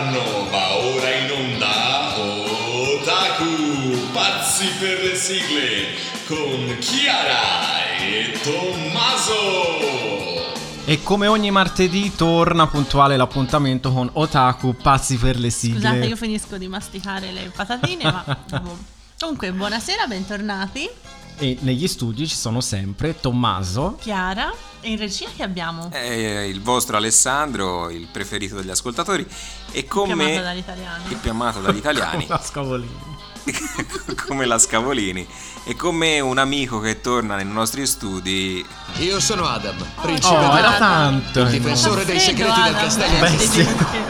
inverno va ora in onda Otaku, pazzi per le sigle, con Chiara e Tommaso. E come ogni martedì torna puntuale l'appuntamento con Otaku, pazzi per le sigle. Scusate, io finisco di masticare le patatine, ma comunque buonasera, bentornati. E negli studi ci sono sempre Tommaso, Chiara, e in regia che abbiamo? Il vostro Alessandro, il preferito degli ascoltatori, e come Più amato dagli italiani. più amato dagli italiani. la Scavolini. Come la Scavolini, e come un amico che torna nei nostri studi. Io sono Adam, principe era tanto. il difensore dei segreti del castello. Beh, sì.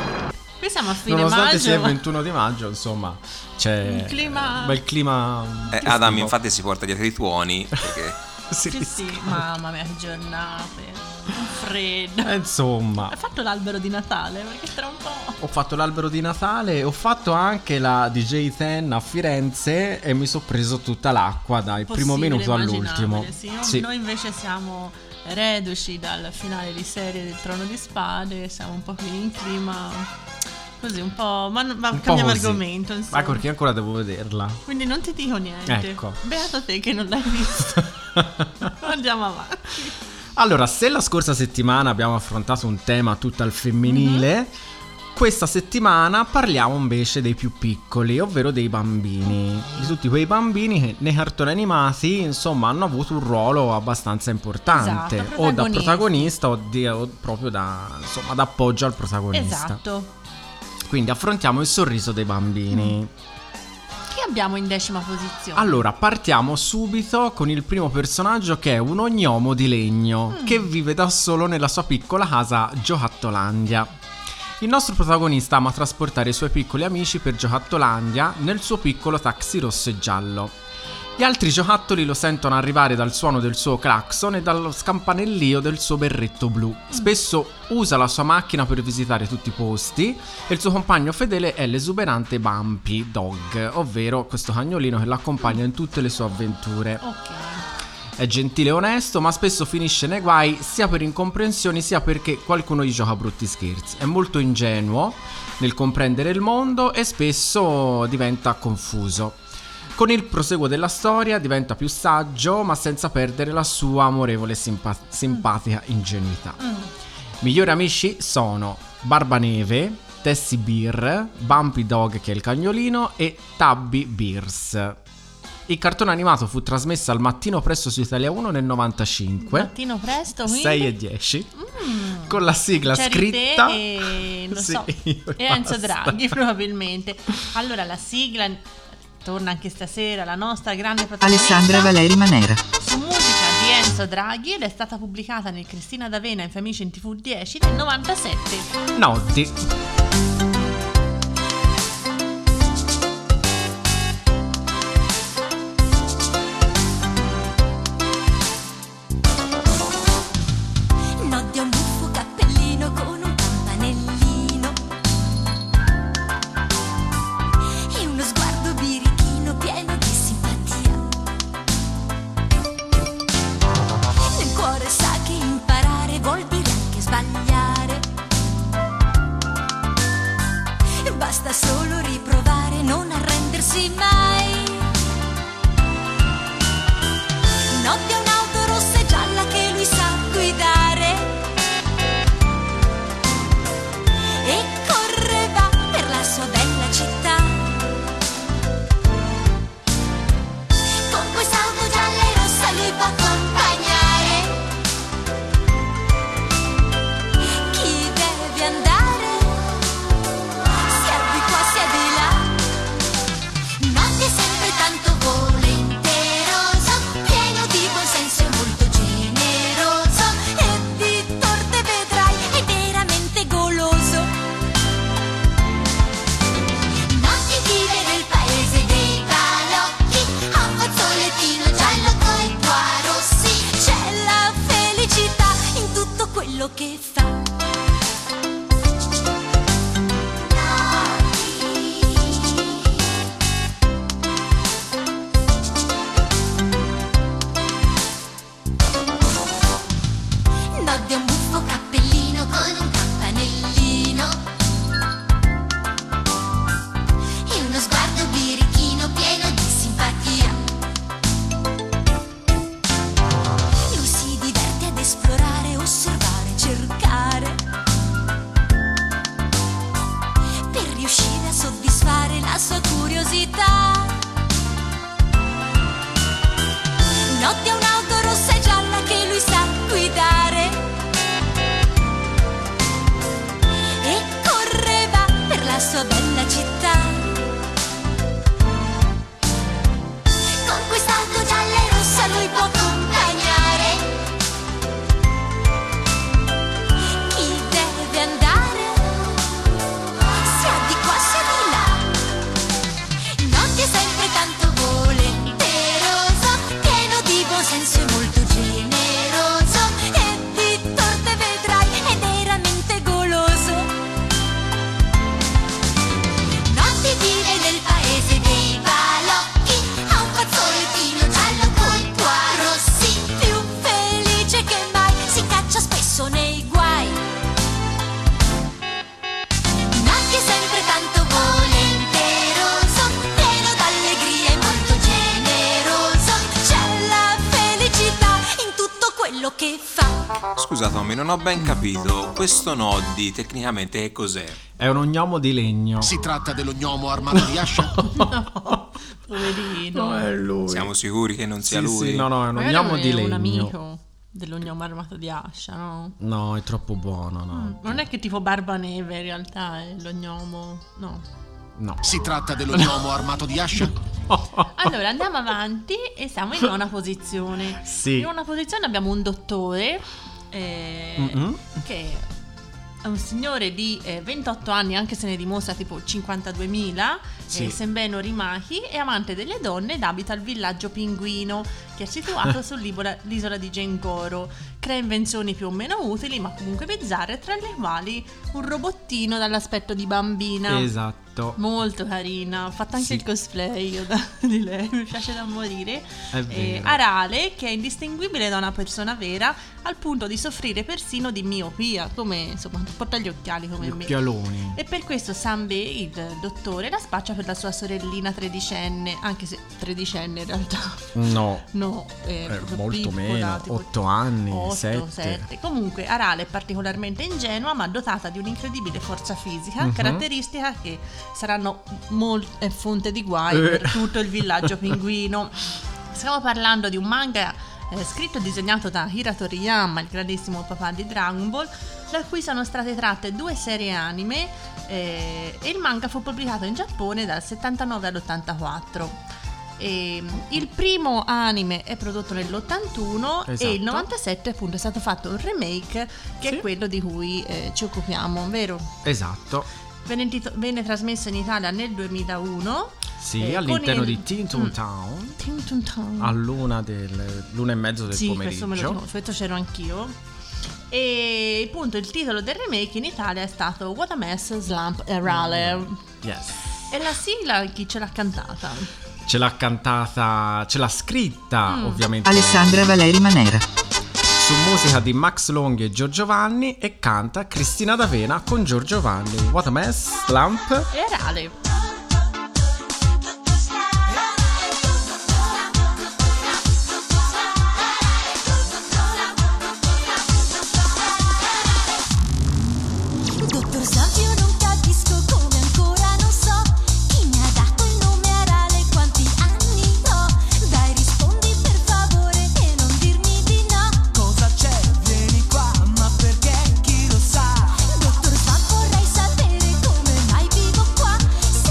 Qui siamo a fine Nonostante maggio. sia il 21 di maggio, insomma, c'è un clima... bel clima. Adam infatti si porta dietro i tuoni perché Sì, mamma mia, che giornate, un freddo. Insomma, Hai fatto l'albero di Natale? Perché tra un po'... ho fatto l'albero di Natale, ho fatto anche la DJ Ten a Firenze e mi sono preso tutta l'acqua dal primo minuto all'ultimo. Sì. Noi invece siamo reduci dal finale di serie del Trono di Spade, siamo un po' qui in clima così, un po', ma cambiamo argomento, insomma. Ma perché ancora devo vederla. Quindi non ti dico niente. Ecco. Beato te che non l'hai vista. Andiamo avanti. Allora, se la scorsa settimana abbiamo affrontato un tema tutto al femminile, questa settimana parliamo invece dei più piccoli, ovvero dei bambini. Di tutti quei bambini che nei cartoni animati, insomma, hanno avuto un ruolo abbastanza importante. Esatto, o da protagonista o proprio da, insomma, da appoggio al protagonista. Esatto. Quindi affrontiamo il sorriso dei bambini. Chi abbiamo in 10ª posizione? Allora, partiamo subito con il primo personaggio, che è un ognomo di legno che vive da solo nella sua piccola casa Giocattollandia. Il nostro protagonista ama trasportare i suoi piccoli amici per Giocattollandia nel suo piccolo taxi rosso e giallo. Gli altri giocattoli lo sentono arrivare dal suono del suo clacson e dallo scampanellio del suo berretto blu. Spesso usa la sua macchina per visitare tutti i posti e il suo compagno fedele è l'esuberante Bumpy Dog, ovvero questo cagnolino che l'accompagna in tutte le sue avventure. Ok. È gentile e onesto, ma spesso finisce nei guai sia per incomprensioni sia perché qualcuno gli gioca brutti scherzi. È molto ingenuo nel comprendere il mondo e spesso diventa confuso. Con il proseguo della storia diventa più saggio, ma senza perdere la sua amorevole simpatica ingenuità. Migliori amici sono Barbaneve, Tessie Bear, Bumpy Dog che è il cagnolino e Tubby Bears. Il cartone animato fu trasmesso al mattino presto su Italia 1 nel 95. Mattino presto, quindi 6 e 10. Con la sigla c'eri scritta te e, non Sì, so, io e Enzo basta. Draghi probabilmente. Allora la sigla torna anche stasera, la nostra grande protagonista Alessandra Valeri Manera. su musica di Enzo Draghi, ed è stata pubblicata nel Cristina d'Avena in Femici in TV 10 nel 97. Notti. Notte un buffo cappellino con un campanellino e uno sguardo birichino pieno di simpatia. Nel cuore sa che imparare vuol dire anche sbagliare. Basta solo riprovare, non arrendersi mai. Notte un'auto rossa e gialla che lui sa guidare e correva per la sua bella città. Con quest'auto gialla e rossa lui può accompagnare chi deve andare, sia di qua sia di là. Notte città. Notte a un'auto rossa e gialla che lui sa guidare e correva per la sua bella città. Con quest'auto gialla e rossa lui può accompagnare chi deve andare, sia di qua sia di là. Notte è sempre tanto volenteroso, pieno di buon senso e molto generoso, e di torte vedrai è veramente goloso. Notte vive nel paese dei balocchi, ha un fazzolettino giallo coi rossi, più felice che mai, si caccia spesso nei guai. Notte è sempre tanto volenteroso, pieno d'allegria e molto generoso, c'è la felicità in tutto quello che fa. Scusa Tommy, non ho ben capito. Questo Noddy tecnicamente che cos'è? È un ognomo di legno. Si tratta dell'ognomo armato di ascia? No, poverino. No, è lui. Siamo sicuri che non sia Sì, lui? sì, no, è un Magari ognomo di è legno. un amico dell'ognomo armato di ascia, no? No, è troppo buono, no. Non è che tipo Barbaneve in realtà è l'ognomo, no. No. Si tratta dell'ognomo armato di ascia? Allora andiamo avanti e siamo in nona posizione. Sì. In nona posizione abbiamo un dottore che è un signore di 28 anni, anche se ne dimostra tipo 52.000, Sì. Senbei Norimaki, è amante delle donne ed abita al villaggio Pinguino, che è situato sull'isola di Gengoro. Crea invenzioni più o meno utili, ma comunque bizzarre, tra le quali un robottino dall'aspetto di bambina. Esatto. Molto carina, ho fatto anche Sì. il cosplay io di lei, mi piace da morire. È vero. Arale, che è indistinguibile da una persona vera, al punto di soffrire persino di miopia, come insomma porta gli occhiali come Gli me. occhialoni. E per questo Sanbei, il dottore, la spaccia per la sua sorellina tredicenne, anche se tredicenne in realtà. No. No, è proprio molto piccola, meno, tipo 8 anni, 8, 7. 7. Comunque Arale è particolarmente ingenua, ma dotata di un'incredibile forza fisica, Mhm. caratteristica che saranno è fonte di guai per tutto il villaggio Pinguino. Stiamo parlando di un manga scritto e disegnato da Hira Toriyama, il grandissimo papà di Dragon Ball, da cui sono state tratte 2 serie anime, e il manga fu pubblicato in Giappone dal 79 all'84. Il primo anime è prodotto nell'81 Esatto. e il 97 appunto è stato fatto un remake, che Sì. è quello di cui ci occupiamo, vero? Esatto. Venne trasmesso in Italia nel 2001. Sì, con all'interno il- di Teen Town Teen Town. all'una e mezzo del Sì, questo me lo pomeriggio. so, questo c'ero anch'io. E appunto il titolo del remake in Italia è stato What a Mess, Slump e Raleigh. Yes. E la sigla chi ce l'ha cantata? Ce l'ha cantata, ce l'ha scritta ovviamente Alessandra Valeri Manera. su musica di Max Longhi e Giorgio Vanni, e canta Cristina D'Avena con Giorgio Vanni. What a Mess, Slump. E Raleigh. Dottor Slump, io non capisco come ancora non so chi mi ha dato il nome Arale, quanti anni ho. Dai, rispondi per favore e non dirmi di no. Cosa c'è? Vieni qua, ma perché? Chi lo sa? Dottor Slump, vorrei sapere come mai vivo qua.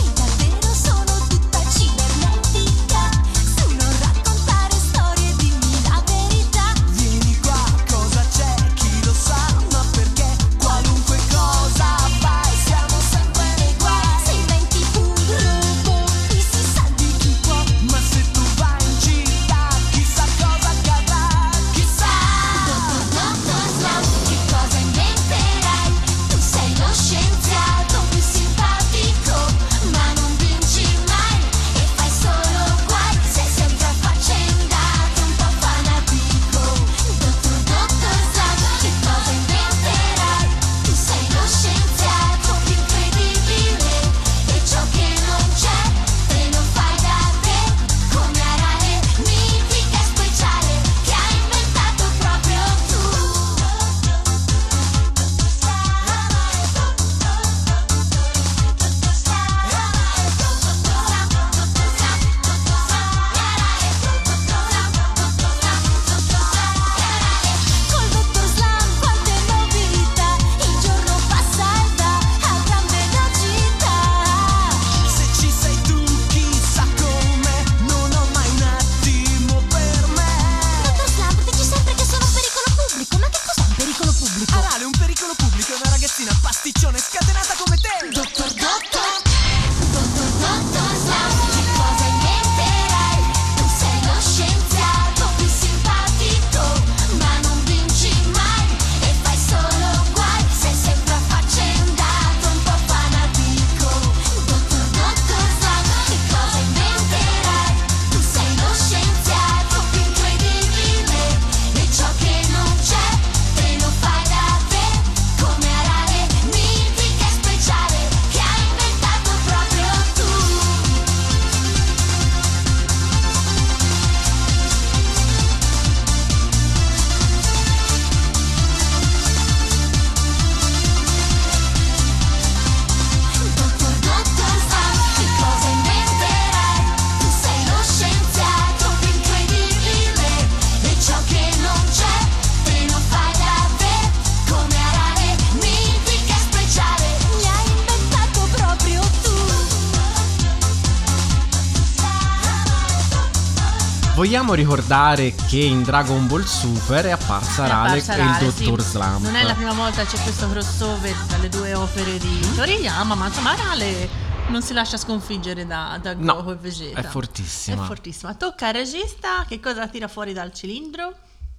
Vogliamo ricordare che in Dragon Ball Super è apparsa Rale e il Dottor Slump. Non è la prima volta che c'è questo crossover tra le due opere di Toriyama, ma insomma Rale non si lascia sconfiggere da Goku e Vegeta. È fortissima. È fortissima. Tocca al regista, che cosa tira fuori dal cilindro?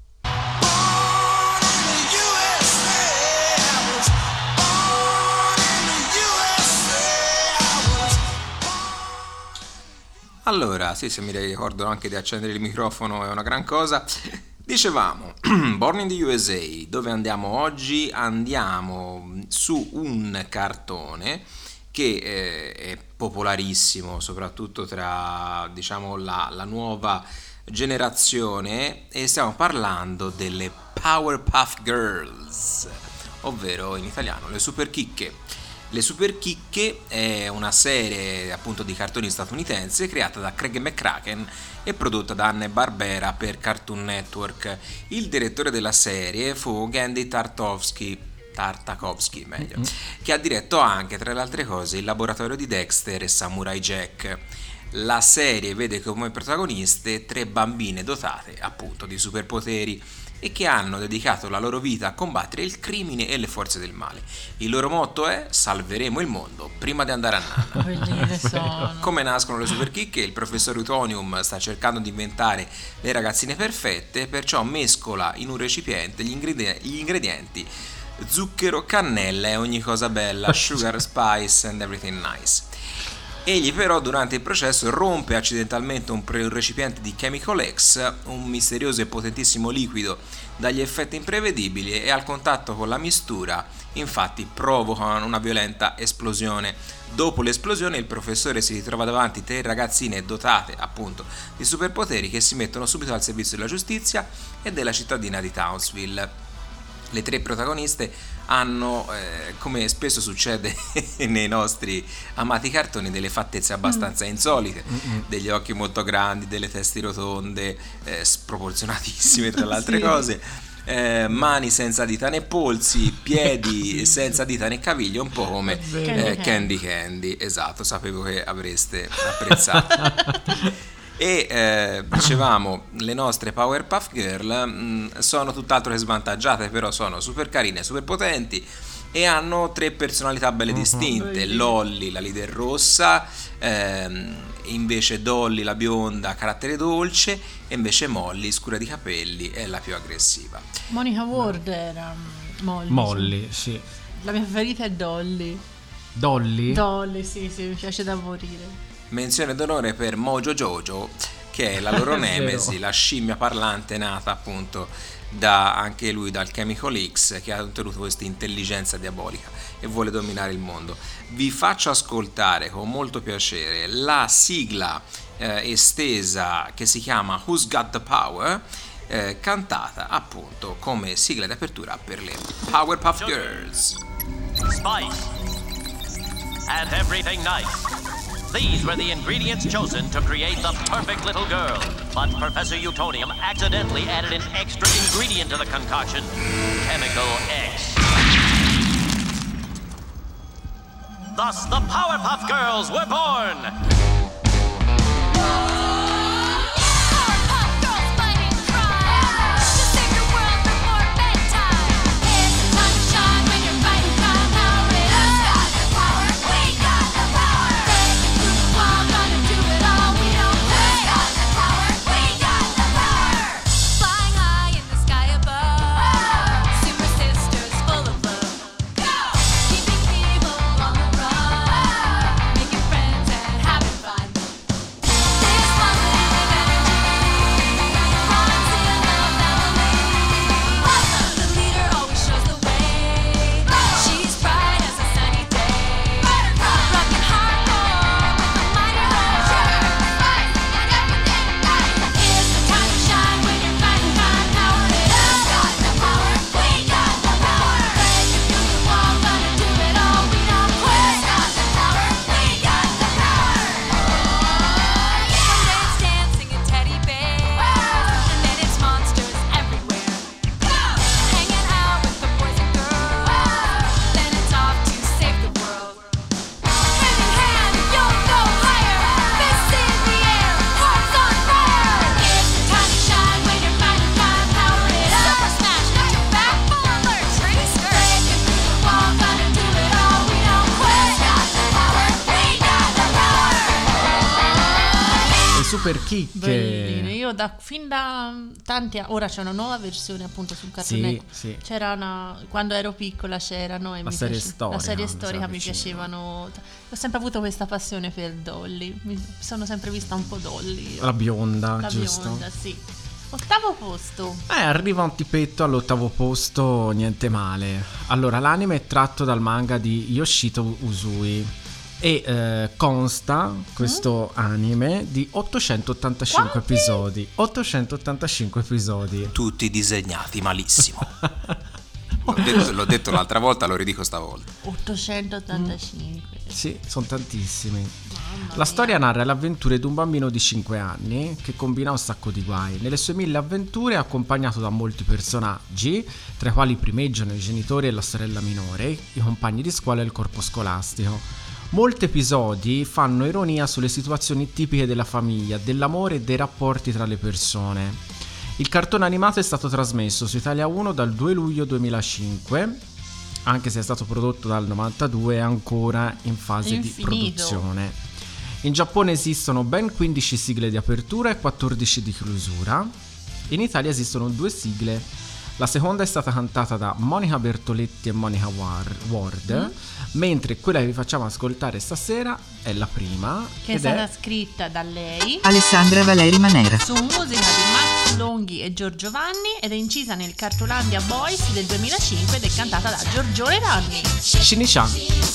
Allora, sì, se mi ricordo anche di accendere il microfono è una gran cosa. Dicevamo, Born in the USA, dove andiamo oggi? Andiamo su un cartone che è popolarissimo, soprattutto tra, diciamo, la nuova generazione, e stiamo parlando delle Powerpuff Girls, ovvero in italiano le Super Chicche. Le Super Chicche è una serie appunto di cartoni statunitense creata da Craig McCracken e prodotta da Hanna-Barbera per Cartoon Network. Il direttore della serie fu Genndy Tartakovsky, che ha diretto anche, tra le altre cose, Il laboratorio di Dexter e Samurai Jack. La serie vede come protagoniste 3 bambine dotate appunto di superpoteri e che hanno dedicato la loro vita a combattere il crimine e le forze del male. Il loro motto è: salveremo il mondo prima di andare a nanna. Belline sono. Come nascono le Super Chicche? Il professor Utonium sta cercando di inventare le ragazzine perfette, perciò mescola in un recipiente gli ingredienti zucchero, cannella e ogni cosa bella, sugar, spice and everything nice. Egli però durante il processo rompe accidentalmente un recipiente di Chemical X, un misterioso e potentissimo liquido dagli effetti imprevedibili, e al contatto con la mistura infatti provoca una violenta esplosione. Dopo l'esplosione il professore si ritrova davanti 3 ragazzine dotate appunto di superpoteri che si mettono subito al servizio della giustizia e della cittadina di Townsville. Le 3 protagoniste hanno, come spesso succede nei nostri amati cartoni, delle fattezze abbastanza insolite, degli occhi molto grandi, delle teste rotonde, sproporzionatissime tra le altre cose, mani senza dita né polsi, piedi senza dita né caviglie, un po' come Candy. Esatto, sapevo che avreste apprezzato. E dicevamo, le nostre Powerpuff Girl sono tutt'altro che svantaggiate, però sono super carine, super potenti e hanno 3 personalità belle distinte. Lolly, la leader rossa, invece Dolly, la bionda, carattere dolce, e invece Molly, scura di capelli, è la più aggressiva. Monica Ward era Molly, sì. La mia preferita è Dolly. Dolly, sì, mi piace da morire. Menzione d'onore per Mojo Jojo, che è la loro nemesi, la scimmia parlante nata appunto da anche lui dal Chemical X, che ha ottenuto questa intelligenza diabolica e vuole dominare il mondo. Vi faccio ascoltare con molto piacere la sigla estesa che si chiama Who's Got the Power, cantata appunto come sigla di apertura per le Powerpuff Girls. Spice and everything nice. These were the ingredients chosen to create the perfect little girl. But Professor Utonium accidentally added an extra ingredient to the concoction, Chemical X. Thus, the Powerpuff Girls were born! Keeping evil on the run, making friends and having super chicche. Belline. Io fin da tanti ora c'è una nuova versione appunto sul Cartoon Network. Sì. C'era quando ero piccola c'erano e La serie storica, la serie mi storica sa mi vicino. piacevano. Ho sempre avuto questa passione per Dolly. Mi sono sempre vista un po' Dolly. La bionda, La giusto? bionda, sì. 8° posto. Arriva un tipetto all'8° posto, niente male. Allora, l'anime è tratto dal manga di Yoshito Usui e consta, questo anime, di 885 episodi. 885 episodi. Tutti disegnati malissimo. L'ho detto l'altra volta, lo ridico stavolta. 885. Sì, sono tantissimi. Mamma La mia. storia narra le avventure di un bambino di 5 anni che combina un sacco di guai. Nelle sue 1000 avventure è accompagnato da molti personaggi, tra i quali primeggiano i genitori e la sorella minore, i compagni di scuola e il corpo scolastico. Molti episodi fanno ironia sulle situazioni tipiche della famiglia, dell'amore e dei rapporti tra le persone. Il cartone animato è stato trasmesso su Italia 1 dal 2 luglio 2005, anche se è stato prodotto dal 92 e ancora in fase di Infinito. produzione. In Giappone esistono ben 15 sigle di apertura e 14 di chiusura. In Italia esistono 2 sigle. La seconda è stata cantata da Monica Bertoletti e Monica Ward, mentre quella che vi facciamo ascoltare stasera è la prima, Che è stata scritta da lei Alessandra Valeri Manera. su musica di Max Longhi e Giorgio Vanni ed è incisa nel Cartolandia Boys del 2005 ed è cantata da Giorgione Vanni. Shini-chan.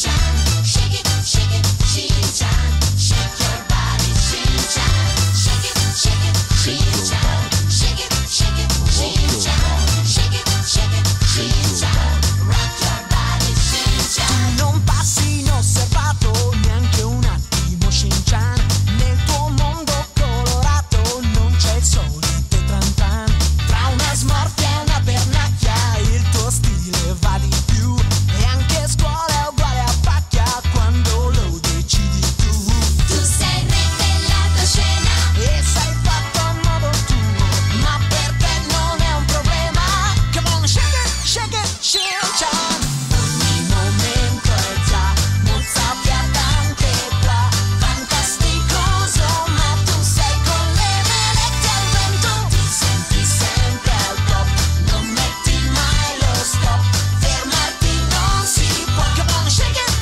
Non passi inosservato neanche un attimo, Shin-chan. Nel tuo mondo colorato non c'è il solito tran-tran. Tra una smorfia e una pernacchia il tuo stile va di più. E anche scuola è uguale a pacchia quando lo decidi tu. Tu sei rivelato scena. E sei fatto a modo tuo, ma per te non è un problema. Come on, shake it, Shin-chan. Ogni momento è già mozzafiatante qua, fantasticoso, ma tu sei con le velette al vento. Ti senti sempre al top, non metti mai lo stop, fermarti non si può. Come on, shake it,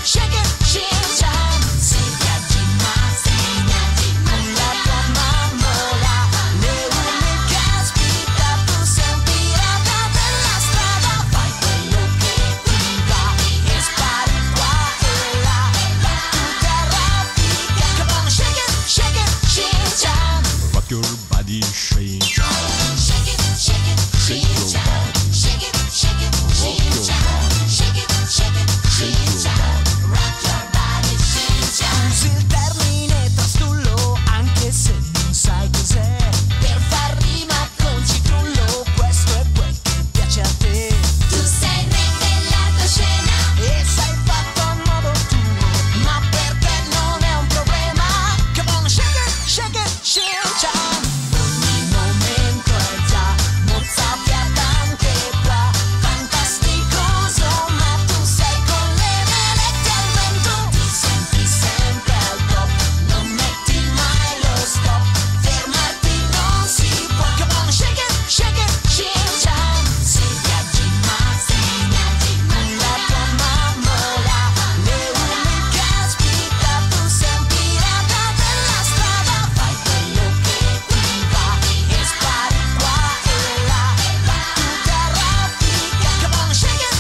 Shin-chan. Se viaggi ma segnati con la tua mammola, le uniche aspetta, tu sei un pirata della strada. Fai quello che ti va e spari qua e là, battuta raffica. Come on, shake it, Shin-chan. Rock your body, Shin-chan. Shake it, Shin-chan. Shake it, Shin-chan. Shake it, Shin-chan. Rock your body, Shin-chan. Usi il termine trastullo anche se non sai cos'è, per far rima con citrullo, questo è quel che piace a te. Tu sei rivelato scena. E sei fatto a modo tuo, ma per te non è un problema. Come on, shake it, Shin-chan. Ogni momento è già mozzafiatante qua, fantasticoso, ma tu sei con le velette al vento. Ti senti sempre al top, non metti mai lo stop, fermarti non si può. Come on, shake it, Shin-chan. Se viaggi ma segnati Con la tua mammola, le uniche aspetta, tu sei un pirata della strada. Fai quello che ti va e spari qua e là, battuta raffica. Come on, shake it,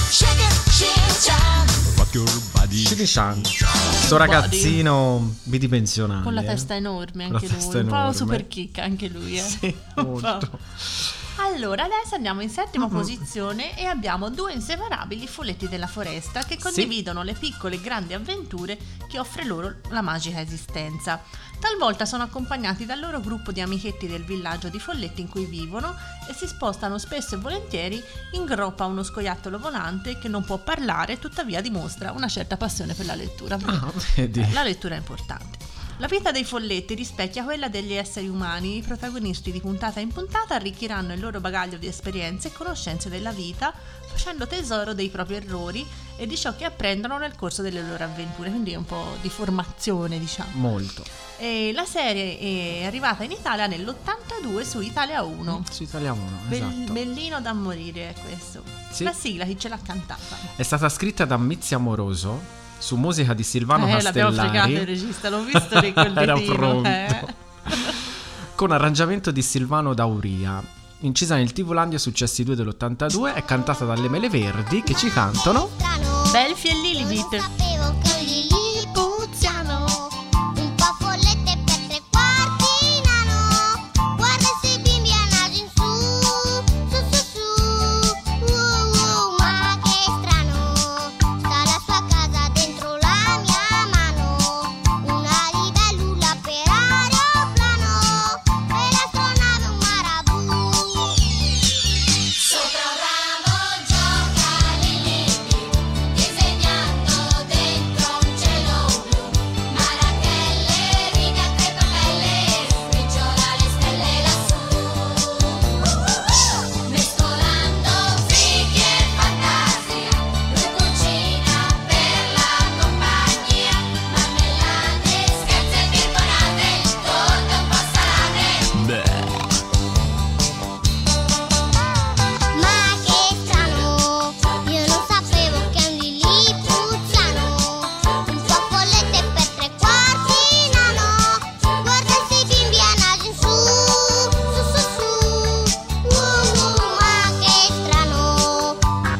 Shin-chan. Rock your body, Shini-chan. Sto ragazzino bidimensionale. Con la testa enorme anche Con la lui, testa un po' enorme. super kick anche lui. Sì, Un po'. molto. Allora, adesso andiamo in 7ª posizione e abbiamo 2 inseparabili folletti della foresta che condividono le piccole e grandi avventure che offre loro la magica esistenza. Talvolta sono accompagnati dal loro gruppo di amichetti del villaggio di folletti in cui vivono e si spostano spesso e volentieri in groppa a uno scoiattolo volante che non può parlare, tuttavia dimostra una certa passione per la lettura. Ah, vedi. La lettura è importante. La vita dei folletti rispecchia quella degli esseri umani. I protagonisti di puntata in puntata arricchiranno il loro bagaglio di esperienze e conoscenze della vita, facendo tesoro dei propri errori e di ciò che apprendono nel corso delle loro avventure. Quindi è un po' di formazione, diciamo. Molto. E la serie è arrivata in Italia nell'82 su Italia 1. Su Italia 1, esatto. Bellino da morire è questo. Sì. La sigla chi ce l'ha cantata? È stata scritta da Mizzi Amoroso su musica di Silvano L'abbiamo fregato il Castellari. regista, l'ho visto nel collettino. Era pronto. Con arrangiamento di Silvano Dauria. Incisa nel TV-Landia Successi 2 dell'82, è cantata dalle Mele Verdi che ci cantano Belfi e Lilibit. Sapevo che un lilipuziano, un po' follette per 3/4 nano. Guarda se bimbi a naso in su, ma che strano. Sta la sua casa dentro la mia mano, una libellula per aeroplano, e l'astronave un marabù. Sopra un ramo gioca Lilibit, disegnando dentro un cielo blu. Marachelle, rigate, papelle, sbriciola le stelle lassù. Mescolando fichi e fantasia, lui cucina per la compagnia. Marmellate, scherzi e picconate, torte un po' salate. Ma che strano, io non sapevo che un lilipuziano, un po' follette per 3/4 nano. Guarda se bimbi a naso in su, ma che strano.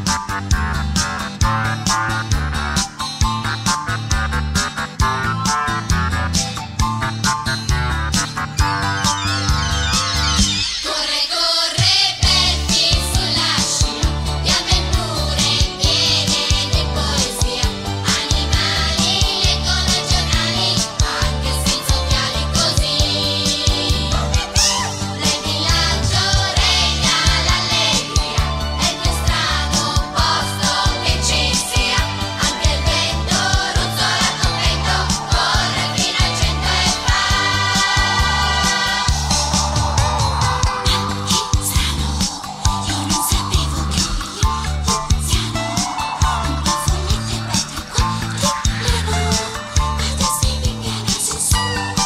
Corre, corre, Belfi sulla scia, di avventure piene di poesia. Animali leggono i giornali, anche senza occhiali così. Nel villaggio regna l'allegria, è il più strano posto che ci sia. Anche il vento ruzzola contento, corre fino al 100 e fa. Che strano, io non sapevo che un lilipuziano, un po' follette per 3/4 nano. Guarda se bimbi a naso in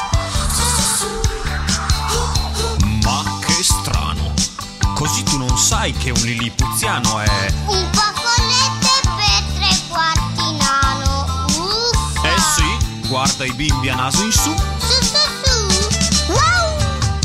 su. Ma che strano. Così tu non sai che un lilipuziano è... Un po' follette per 3/4 nano. Eh sì, guarda i bimbi a naso in su. Wow!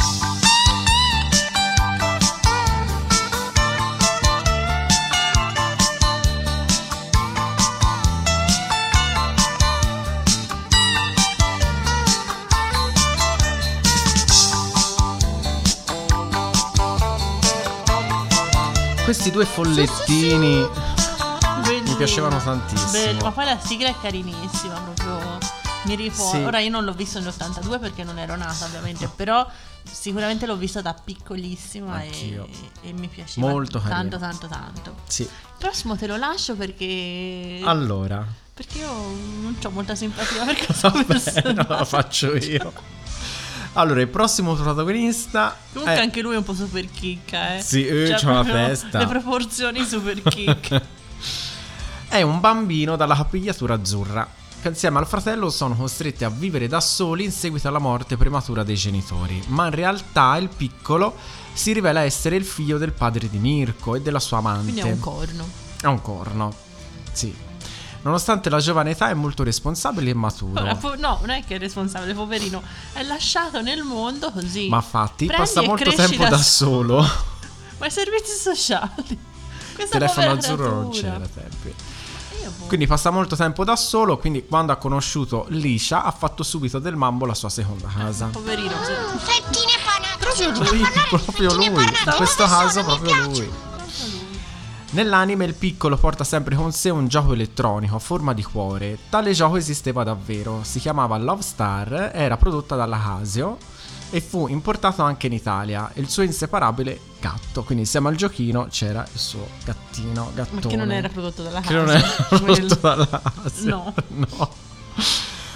questi due follettini. Mi piacevano tantissimo. Bello, ma poi la sigla è carinissima, proprio mi ricordo. Sì. Ora io non l'ho visto nell'82 perché non ero nata, ovviamente, però sicuramente l'ho visto da piccolissima Anch'io. e mi piaceva Molto tanto carino. tanto. Sì. Il prossimo te lo lascio perché Allora, perché io non ho molta simpatia per questo vabbè, personaggio. no, lo faccio io. Allora, il prossimo protagonista Comunque è... anche lui è un po' super chicca, Sì, Cioè, c'ha una proprio testa. le proporzioni super kick. È un bambino dalla capigliatura azzurra che insieme al fratello sono costretti a vivere da soli in seguito alla morte prematura dei genitori. Ma in realtà il piccolo si rivela essere il figlio del padre di Mirko e della sua amante. Quindi è un corno. È un corno, sì. Nonostante la giovane età è molto responsabile e maturo. No, non è che è responsabile, poverino. È lasciato nel mondo così. Ma infatti Prendi passa e molto cresci tempo da solo. Ma i servizi sociali. Questa Telefono povera azzurro non creatura. c'era a tempi. Io boh. Quindi passa molto tempo da solo. Quindi quando ha conosciuto Liscia ha fatto subito del mambo la sua seconda casa. Poverino. Fettine panate. Proprio lui. In questo caso proprio lui. Nell'anime il piccolo porta sempre con sé un gioco elettronico a forma di cuore. Tale gioco esisteva davvero, si chiamava Love Star, era prodotta dalla Casio e fu importato anche in Italia. Il suo inseparabile gatto, quindi insieme al giochino c'era il suo gattino, gattone. Ma che non era prodotto dalla Che non casa. era prodotto dalla Casio. No. No.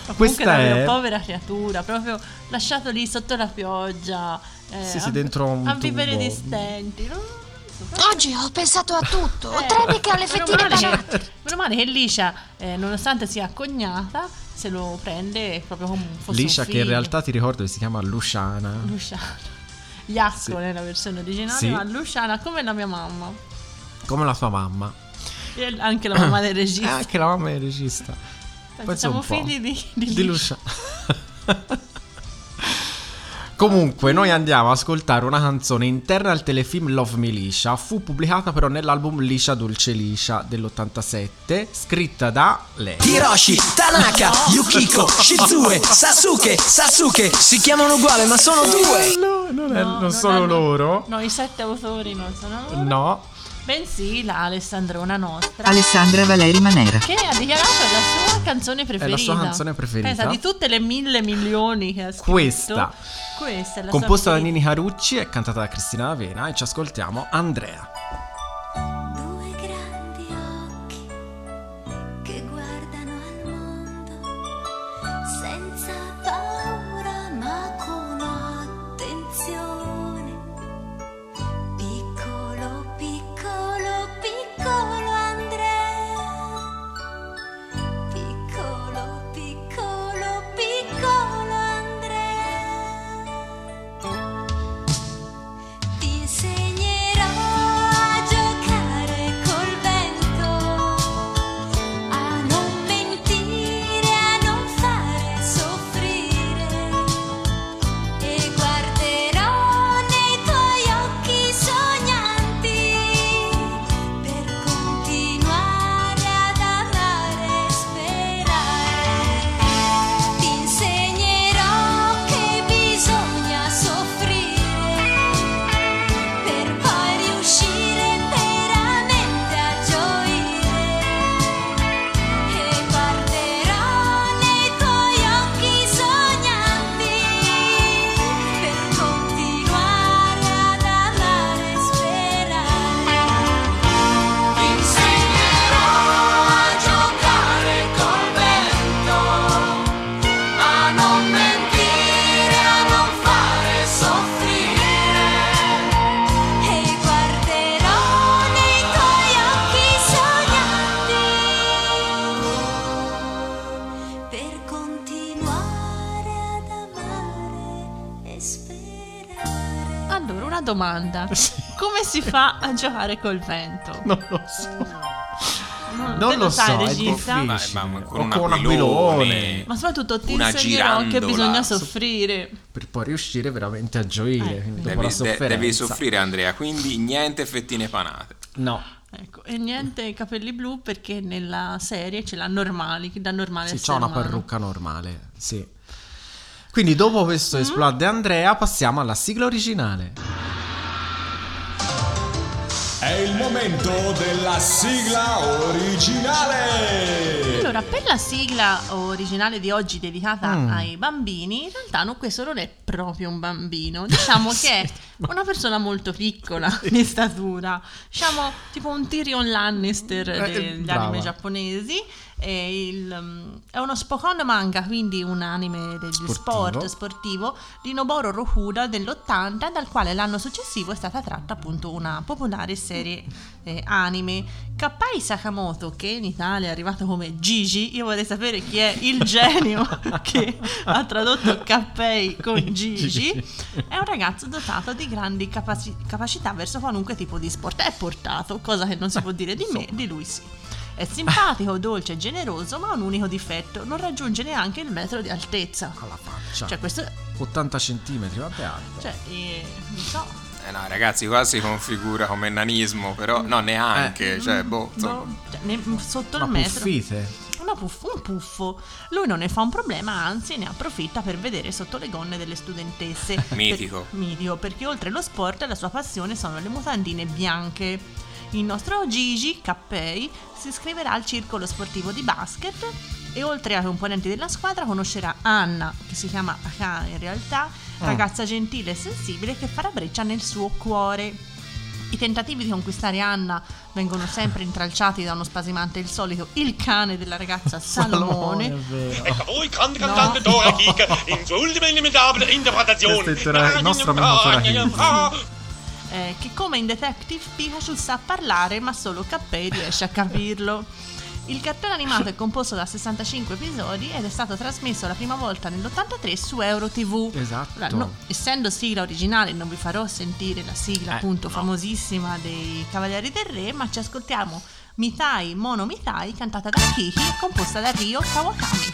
Questa davvero, è povera creatura, proprio lasciato lì sotto la pioggia. Sì, dentro un a vivere tubo. di stenti. No? Oggi ho pensato a tutto, tranne che alle fettine panate. Meno male che Liscia, nonostante sia cognata, se lo prende proprio come fosse Liscia, un che in figlio. realtà ti ricordo che si chiama Luciana. Luciana. Iasco Sì. nella versione originale, Sì. ma Luciana come la mia mamma. Come la sua mamma. E anche la mamma del E regista. anche la mamma del regista. Pensa Siamo un po'. figli di Di Luciana. Comunque, noi andiamo a ascoltare una canzone interna al telefilm Love Me Liscia. Fu pubblicata però nell'album Liscia Dolce Liscia dell'87, scritta da lei. Hiroshi, Tanaka, Yukiko, Shizue, Sasuke, si chiamano uguali ma sono due. No, non sono loro. No, i 7 autori non sono loro. No. Bensì la Alessandrona nostra, Alessandra Valeri Manera. che ha dichiarato è la sua canzone preferita. È la sua canzone preferita. Pensa, di tutte le 1.000 milioni che ha scritto, Questa, questa è la composta sua da preferita. Nini Carucci e cantata da Cristina D'Avena, e ci ascoltiamo Andrea. Due grandi occhi che guardano al mondo senza paura ma con attenzione. Piccolo, piccolo, piccolo Andrea. Piccolo, piccolo, piccolo Andrea. Ti insegnerò a giocare col vento, a non mentire, a non fare soffrire, e guarderò nei tuoi occhi sognanti per continuare ad amare e sperare. Ti insegnerò che bisogna soffrire per poi riuscire veramente a gioire, e guarderò nei tuoi occhi sognanti per continuare ad amare e sperare. Ti insegnerò a giocare col vento, a non mentire, a non fare soffrire, e guarderò nei tuoi occhi sognanti per continuare ad amare e sperare. Allora, una domanda. Come si fa a giocare col vento? Non lo so. Non Non te lo sai, so, è regista? difficile. Ma con O un con un aquilone. aquilone. Ma soprattutto ti Una insegnerò che girandola. bisogna soffrire. Per poi riuscire veramente a gioire. Quindi dopo la Devi, sofferenza. devi soffrire, Andrea, quindi niente fettine panate. No. Ecco, e niente capelli blu perché nella serie ce l'ha normali, da normale Sì, c'ha essere una umano. parrucca normale. Sì. Quindi dopo questo Esplode Andrea passiamo alla sigla originale. È il momento della sigla originale. Allora, per la sigla originale di oggi dedicata ai bambini, in realtà questo non è proprio un bambino. Diciamo che è una persona molto piccola di statura. Diciamo tipo un Tyrion Lannister degli brava. anime giapponesi. È uno Spokon manga, quindi un anime degli sport sportivo di Noboru Rokuda dell'80, dal quale l'anno successivo è stata tratta appunto una popolare serie anime. Kappai Sakamoto, che in Italia è arrivato come Gigi, io vorrei sapere chi è il genio che ha tradotto Kappai con Gigi. È un ragazzo dotato di grandi capacità verso qualunque tipo di sport. È portato, cosa che non si può dire di me, di lui sì. È simpatico, dolce e generoso, ma ha un unico difetto: non raggiunge neanche il metro di altezza. Alla faccia. Cioè, questo 80 centimetri, vabbè, alto. cioè, non so. No, ragazzi, qua si configura come nanismo, però no, neanche, cioè, boh, insomma. Sotto Una il metro. puffite. Un puffo. Lui non ne fa un problema, anzi ne approfitta per vedere sotto le gonne delle studentesse. Mitico. Mitico, perché oltre lo sport la sua passione sono le mutandine bianche. Il nostro Gigi Kappei si iscriverà al circolo sportivo di basket e oltre ai componenti della squadra conoscerà Anna, che si chiama Akane in realtà, ragazza gentile e sensibile che farà breccia nel suo cuore. I tentativi di conquistare Anna vengono sempre intralciati da uno spasimante, il solito il cane della ragazza Salomone. È vero. Ecco a voi, grande cantante Dora Kik, in sua ultima inimitable interpretazione. Questo è il nostro amico Dora Kik. Che come in Detective Pikachu sa parlare, ma solo Kappei riesce a capirlo. Il cartone animato è composto da 65 episodi ed è stato trasmesso la prima volta nell'83 su Euro TV. Esatto. Essendo sigla originale, non vi farò sentire la sigla appunto famosissima dei Cavalieri del Re, ma ci ascoltiamo Mitai Mono Mitai, cantata da Kiki e composta da Ryo Kawakami.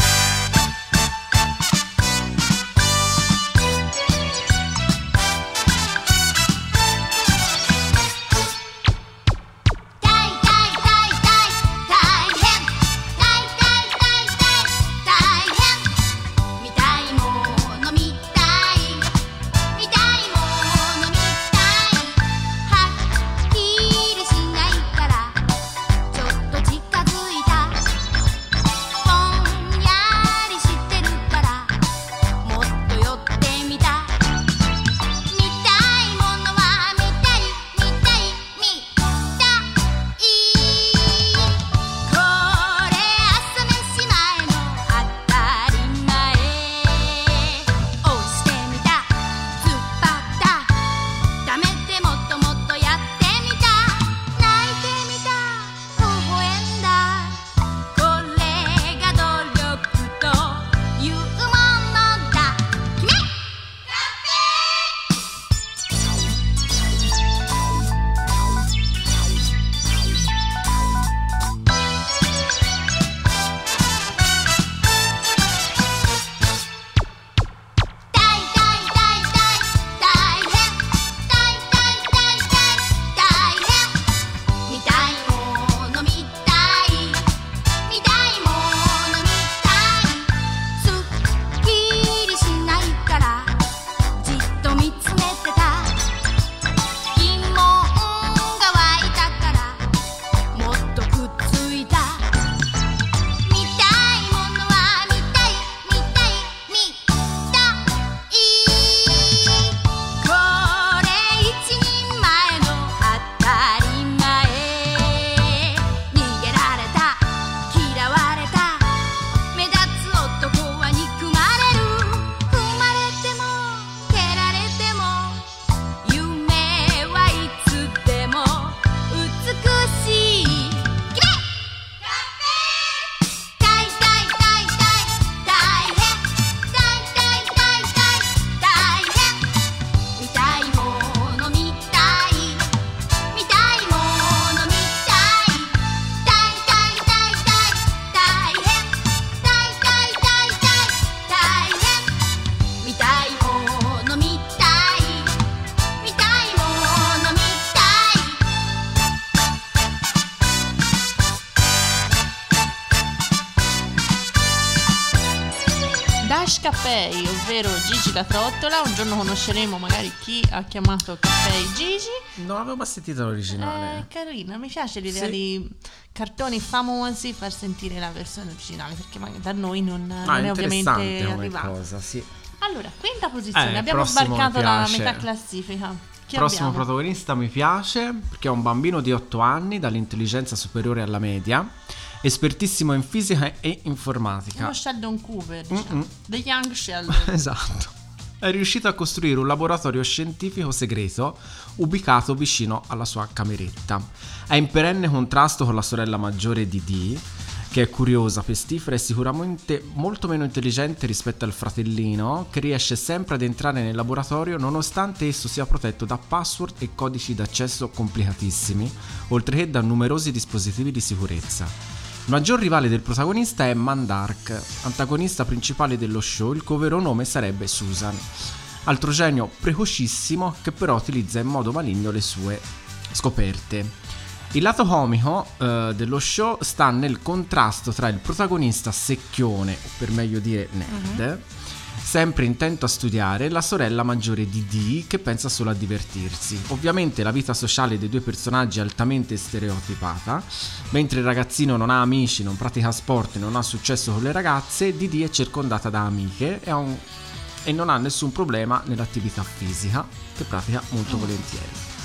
Kappei, ovvero Gigi la trottola. Un giorno conosceremo magari chi ha chiamato Kappei Gigi. Non avevo mai sentito l'originale. Carina, mi piace l'idea di cartoni famosi far sentire la versione originale, perché magari da noi non è ovviamente arrivata. Cosa, sì. Allora, quinta posizione, abbiamo sbarcato la metà classifica. Chi prossimo abbiamo? protagonista mi piace perché è un bambino di 8 anni dall'intelligenza superiore alla media, espertissimo in fisica e informatica. Uno Sheldon Cooper, diciamo. The Young Sheldon. Esatto. È riuscito a costruire un laboratorio scientifico segreto ubicato vicino alla sua cameretta. È in perenne contrasto con la sorella maggiore Didi, che è curiosa, pestifera e sicuramente molto meno intelligente rispetto al fratellino, che riesce sempre ad entrare nel laboratorio nonostante esso sia protetto da password e codici d'accesso complicatissimi, oltre che da numerosi dispositivi di sicurezza. Il maggior rivale del protagonista è Mandark, antagonista principale dello show, il cui vero nome sarebbe Susan, altro genio precocissimo che però utilizza in modo maligno le sue scoperte. Il lato comico dello show sta nel contrasto tra il protagonista secchione, o per meglio dire nerd, sempre intento a studiare, e la sorella maggiore di Dee che pensa solo a divertirsi. Ovviamente la vita sociale dei due personaggi è altamente stereotipata. Mentre il ragazzino non ha amici, non pratica sport e non ha successo con le ragazze, Dee è circondata da amiche e non ha nessun problema nell'attività fisica, che pratica molto volentieri.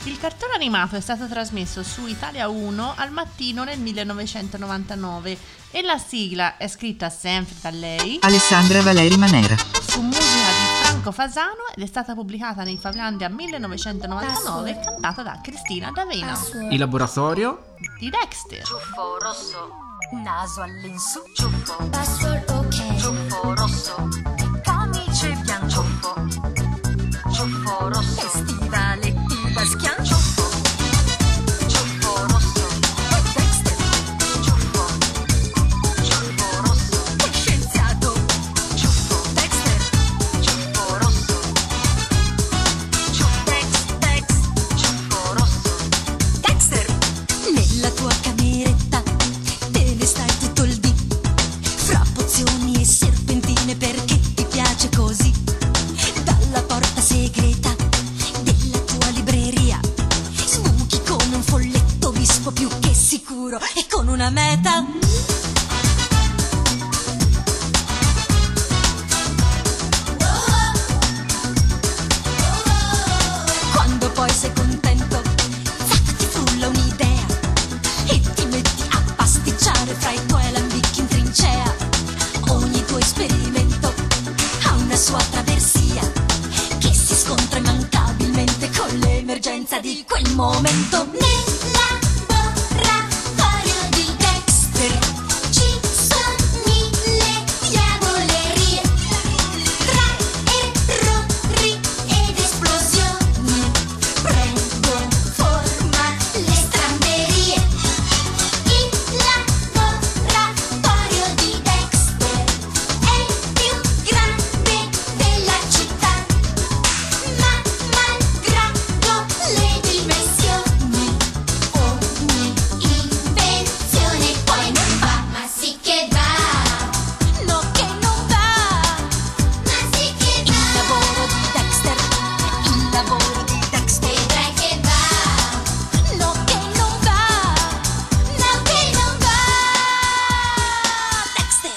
Il cartone animato è stato trasmesso su Italia 1 al mattino nel 1999 e la sigla è scritta sempre da lei, Alessandra Valeri Manera, su musica di Franco Fasano ed è stata pubblicata nei Finlandia 1999 e cantata da Cristina D'Avena. Il laboratorio Di Dexter. Ciuffo rosso, naso all'insù, ciuffo, password ok, ciuffo rosso, camice bianco, ciuffo rosso, e stivaletti da schiancio, ciuffo rosso, e Dexter, ciuffo rosso, e scienziato, ciuffo Dexter, ciuffo rosso, ciuffo rosso, Dexter, nella tua cameretta te ne stai tutto il dì, fra pozioni e serpentine perché ti piace così. Dalla porta segreta della tua libreria sbuchi come un folletto vispo più che sicuro e con una meta. Quando poi sei contento, zac, ti frulla un'idea e ti metti a pasticciare fra i tuoi alambichi in trincea. Ogni tuo esperimento ha una sua traversia che si scontra immancabilmente con l'emergenza di quel momento. Nel laboratorio di Dexter ci sono 1000 diavolerie, tra errori ed esplosioni prendono forma le stramberie. Il laboratorio di Dexter è il più grande della città, ma malgrado le dimensioni ogni invenzione poi non va. Ma sì che va, no che non va, ma sì che va. Il lavoro di Dexter, il lavoro di Dexter, vedrai che va, no che non va, no che non va. Dexter.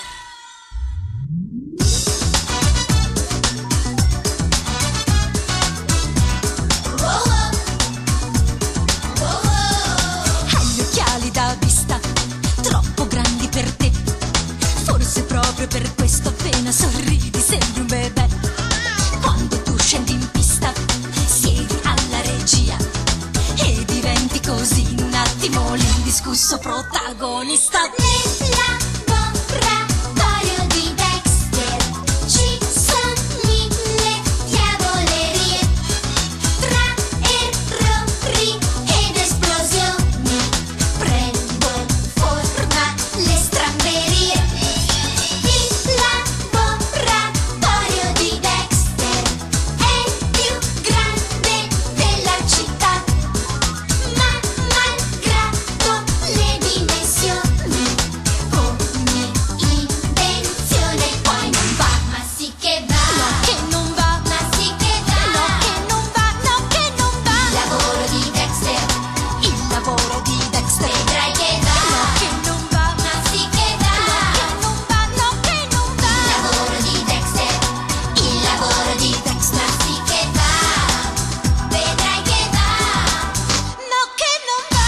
Hai gli occhiali da vista troppo grandi per te, forse proprio per questo appena sorridi sembri un bebè. Quando tu scendi in pista siedi alla regia e diventi così in un attimo l'indiscusso protagonista. Nel laboratorio di Dexter ci sono 1000 diavolerie, tra errori ed esplosioni prendono forma le stramberie. Il laboratorio di Dexter è il più grande della città, ma malgrado le dimensioni ogni invenzione poi non va. Ma sì che va, no che non va, ma sì che va, no che non va, no che non va. Il lavoro di Dexter, il lavoro di Dexter, vedrai che va, no che non va, ma sì che va, no che non va, no che non va. Il lavoro di Dexter, il lavoro di Dexter, ma sì che va, vedrai che va, no che non va.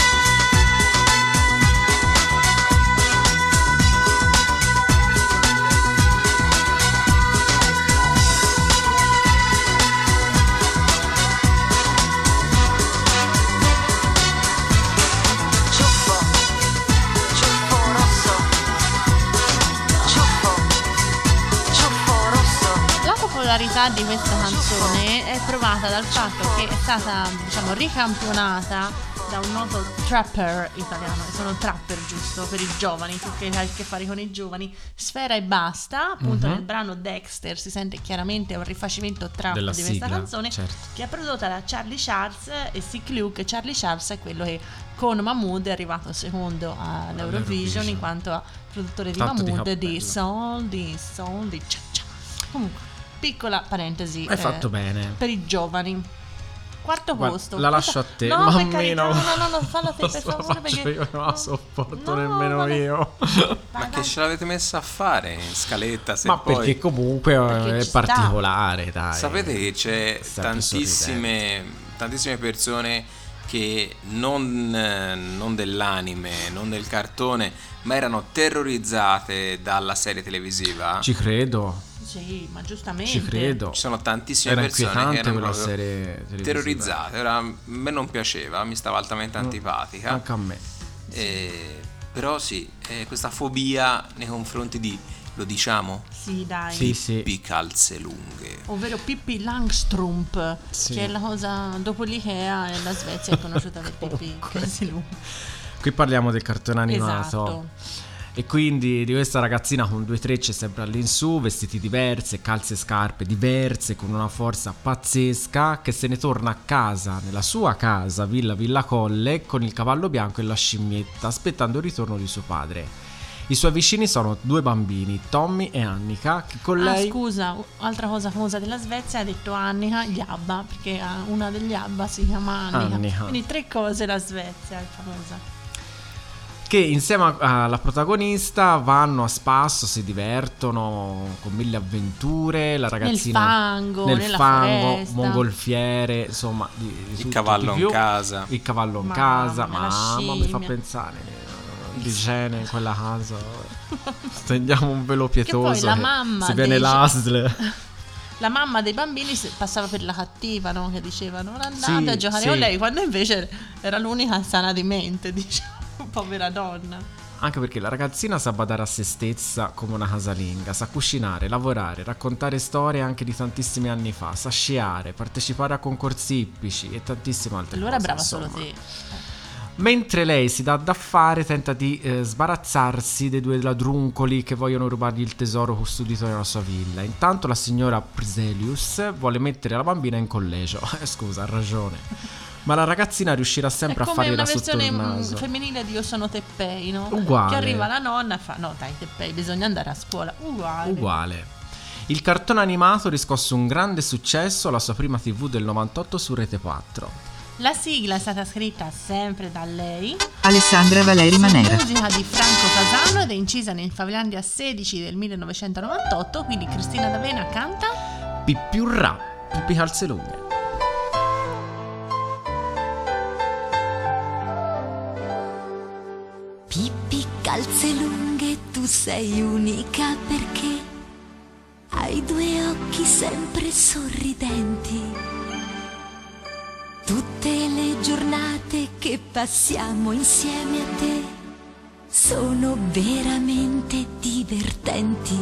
Ciuffo, ciuffo rosso, ciuffo rosso. La popolarità di questa canzone è provata dal fatto che è stata, diciamo, ricampionata da un noto trapper italiano, che sono trapper giusto per i giovani, tu che hai a che fare con i giovani, Sfera e Basta, appunto nel brano Dexter si sente chiaramente un rifacimento trap Della di questa sigla, canzone, certo. che è prodotta da Charlie Sharps e Sick Luke. Charlie Sharps è quello che con Mahmood è arrivato secondo all'Eurovision in quanto produttore di Tanto di Mahmood di cappello. soldi cia cia. Comunque, piccola parentesi Hai fatto bene. per i giovani. Quarto posto. La lascio a te, No, per mammina. carità, no, falla te, per Lo favore, faccio perché... io, non la sopporto No, nemmeno vabbè. io. Ma che ce l'avete messa a fare in scaletta? Se Ma poi... perché comunque Perché è ci sta. particolare, dai. Sapete che c'è Sempre tantissime persone che non dell'anime, non del cartone, ma erano terrorizzate dalla serie televisiva. Ci credo. Sì, ma giustamente. Ci credo. Ci sono tantissime Era persone che inquietante erano quella proprio serie televisiva. terrorizzate. Ora, a me non piaceva, mi stava altamente antipatica. Anche a me. Però sì, questa fobia nei confronti di, lo diciamo? Sì, dai. Pippi calze lunghe. Ovvero Pippi Langstrump, Sì. che è la cosa dopo l'Ikea e la Svezia è conosciuta per Pippi calze lunghe. Qui parliamo del cartone animato. Esatto. E quindi di questa ragazzina con 2 trecce sempre all'insù, vestiti diversi, calze e scarpe diverse, con una forza pazzesca, che se ne torna a casa, nella sua casa, Villa Colle, con il cavallo bianco e la scimmietta, aspettando il ritorno di suo padre. I suoi vicini sono 2 bambini, Tommy e Annika, che con lei... Scusa, altra cosa famosa della Svezia, ha detto Annika, gli Abba, perché una degli Abba si chiama Annika. Quindi 3 cose la Svezia è famosa. Che insieme alla protagonista vanno a spasso, si divertono con 1000 avventure, la ragazzina nel fango, nella fango, foresta, mongolfiere, insomma di Il tutto, cavallo di più. in casa. Il cavallo in Mamma, casa, la mamma mi fa scimmia. pensare l'igiene in quella casa. Stendiamo un velo pietoso, Che poi la mamma se viene dice- l'ASL. La mamma dei bambini passava per la cattiva, no? Che dicevano non andate Sì, a giocare sì. con lei, quando invece era l'unica sana di mente, diciamo, povera donna. Anche perché la ragazzina sa badare a se stessa come una casalinga, sa cucinare, lavorare, raccontare storie anche di tantissimi anni fa, sa sciare, partecipare a concorsi ippici e tantissime altre Allora cose. brava insomma. solo te. Mentre lei si dà da fare, tenta di sbarazzarsi dei 2 ladruncoli che vogliono rubargli il tesoro custodito nella sua villa. Intanto la signora Priselius vuole mettere la bambina in collegio. Scusa, ha ragione. Ma la ragazzina riuscirà sempre È a come fargliela una sotto il versione naso. femminile di Io sono Teppei, no? Uguale. Che arriva la nonna e fa no dai Teppei, bisogna andare a scuola. Uguale. Il cartone animato riscosse un grande successo alla sua prima TV del 98 su Rete 4. La sigla è stata scritta sempre da lei, Alessandra Valeri Manera. musica di Franco Fasano ed è incisa nel Favilandia 16 del 1998, quindi Cristina D'Avena canta Pippiurra, Pippi calze lunghe. Pippi calze lunghe, tu sei unica perché hai 2 occhi sempre sorridenti. Tutte le giornate che passiamo insieme a te sono veramente divertenti.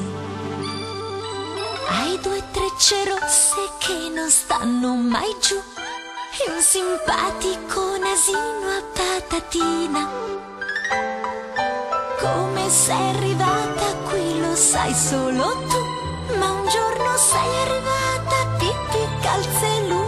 Hai 2 trecce rosse che non stanno mai giù e un simpatico nasino a patatina. Come sei arrivata qui lo sai solo tu, ma un giorno sei arrivata Pippi calze lunghe.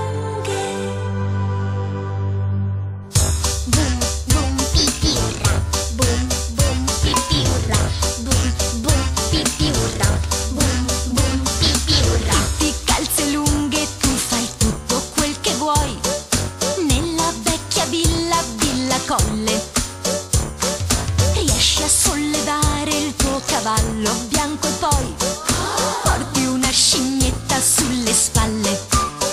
Boom boom pippi urra, boom boom pippi urra, boom boom pippi urra, boom boom pippi urra. Pippi calze lunghe, tu fai tutto quel che vuoi nella vecchia Villa Colle. Riesci a sollevare il tuo cavallo bianco e poi porti una scimmietta sulle spalle.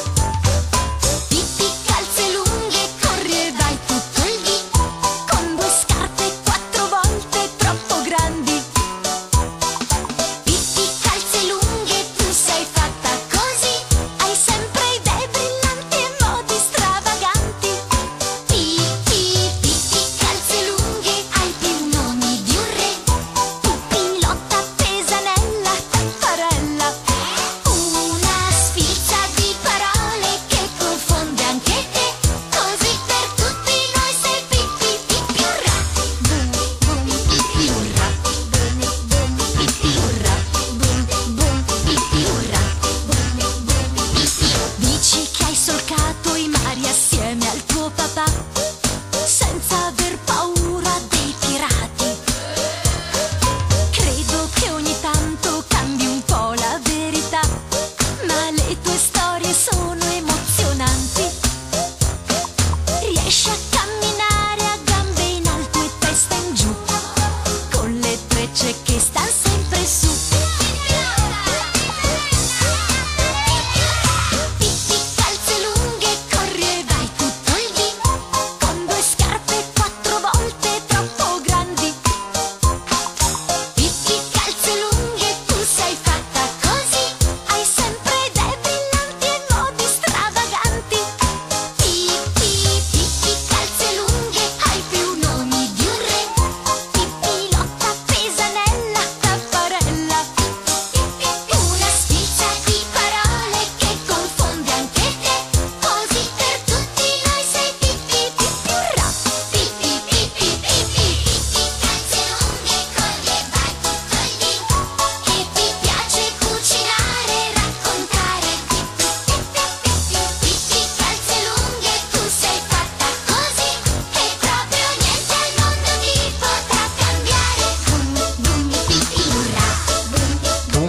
Pippi calze lunghe, corri e vai tutto il dì con 2 scarpe 4 volte troppo grandi. Pippi calze lunghe, tu sei fatta così, hai sempre idee brillanti e modi stravaganti. Pippi calze lunghe, hai più nomi di un re. Puppilotta, Pesanella, Tapparella. Una sfilza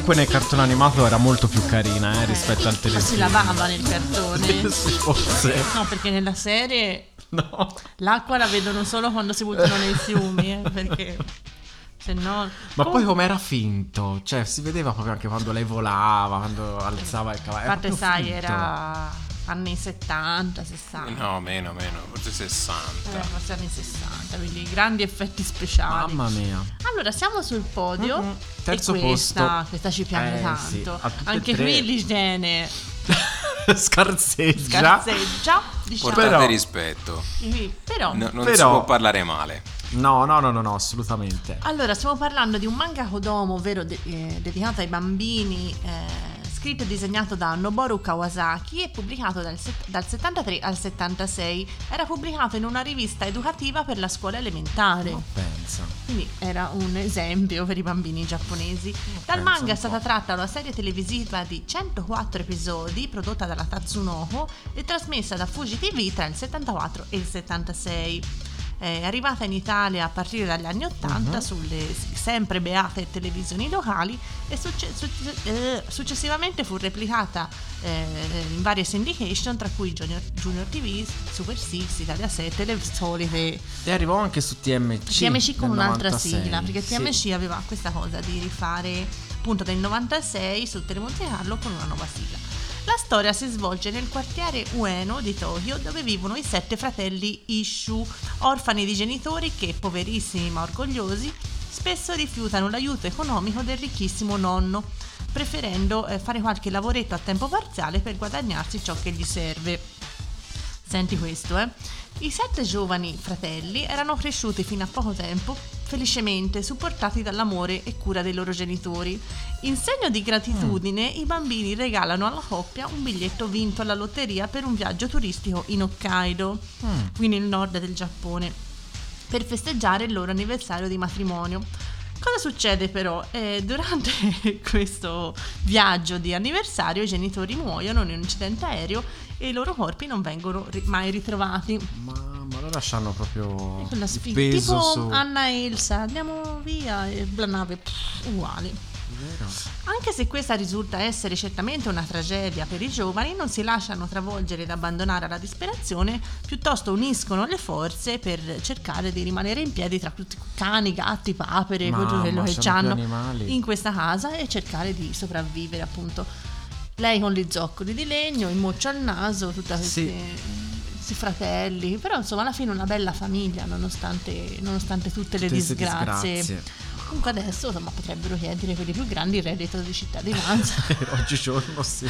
comunque nel cartone animato era molto più carina rispetto al Ma telefilm. si lavava nel cartone? Sì, forse. No, perché nella serie No. l'acqua la vedono solo quando si buttano nei fiumi, perché se no... Ma poi com'era finto? Cioè si vedeva proprio anche quando lei volava, quando alzava il cavallo. A parte sai, era anni 70, 60. No, meno, forse 60. Forse anni 60, quindi grandi effetti speciali. Mamma mia. Allora, siamo sul podio. Terzo e questa ci piace sì, tanto. a tutte e Anche tre. qui l'igiene Scarseggia. diciamo. Portate Però- rispetto. Però Non si Però- può parlare male. No, assolutamente. allora, stiamo parlando di un manga Kodomo, ovvero dedicato ai bambini, scritto e disegnato da Noboru Kawasaki e pubblicato dal 73 al 76. Era pubblicato in una rivista educativa per la scuola elementare. Pensa. Quindi era un esempio per i bambini giapponesi. Dal pensa manga è un stata po'. tratta una serie televisiva di 104 episodi prodotta dalla Tatsunoko e trasmessa da Fuji TV tra il 74 e il 76. È arrivata in Italia a partire dagli anni 80 sulle sempre beate televisioni locali e successivamente fu replicata in varie syndication, tra cui Junior TV, Super 6, Italia 7, le solite. E arrivò anche su TMC. TMC con nel un'altra 96, sigla, perché sì. TMC aveva questa cosa di rifare appunto del 96 su Telemonte Carlo con una nuova sigla. La storia si svolge nel quartiere Ueno di Tokyo, dove vivono i 7 fratelli Isshu, orfani di genitori che, poverissimi ma orgogliosi, spesso rifiutano l'aiuto economico del ricchissimo nonno, preferendo fare qualche lavoretto a tempo parziale per guadagnarsi ciò che gli serve. Senti questo, I 7 giovani fratelli erano cresciuti fino a poco tempo felicemente supportati dall'amore e cura dei loro genitori. In segno di gratitudine, i bambini regalano alla coppia un biglietto vinto alla lotteria per un viaggio turistico in Hokkaido, qui nel nord del Giappone, per festeggiare il loro anniversario di matrimonio. Cosa succede però? Durante questo viaggio di anniversario i genitori muoiono in un incidente aereo e i loro corpi non vengono mai ritrovati. Ma allora lasciano proprio Quella il sfiga, peso tipo su... Anna e Elsa, andiamo via, e la nave uguale. Vero? Anche se questa risulta essere certamente una tragedia per i giovani, non si lasciano travolgere ed abbandonare alla disperazione, piuttosto uniscono le forze per cercare di rimanere in piedi tra tutti cani, gatti, papere, tutto quello che c'hanno hanno più animali. in questa casa e cercare di sopravvivere, appunto. Lei con gli zoccoli di legno, il moccio al naso, tutta questi fratelli, però insomma alla fine una bella famiglia nonostante tutte le queste disgrazie. disgrazie. Comunque adesso insomma potrebbero chiedere quelli più grandi il reddito di cittadinanza. Oggigiorno sì.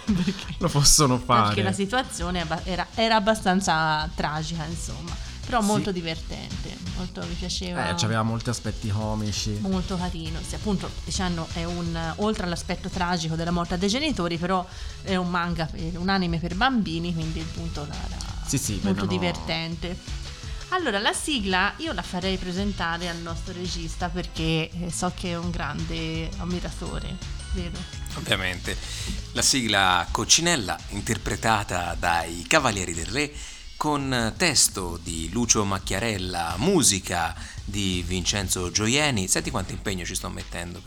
Lo possono fare. Perché la situazione era abbastanza tragica, insomma. Però molto divertente, molto mi piaceva. C'aveva molti aspetti comici. Molto carino, sì, appunto dicendo è oltre all'aspetto tragico della morte dei genitori, però è un manga, un anime per bambini, quindi appunto Sì, molto vedono- divertente. Allora la sigla io la farei presentare al nostro regista perché so che è un grande ammiratore, vero? Ovviamente. La sigla Coccinella, interpretata dai Cavalieri del Re, con testo di Lucio Macchiarella, musica di Vincenzo Gioieni. Senti quanto impegno ci sto mettendo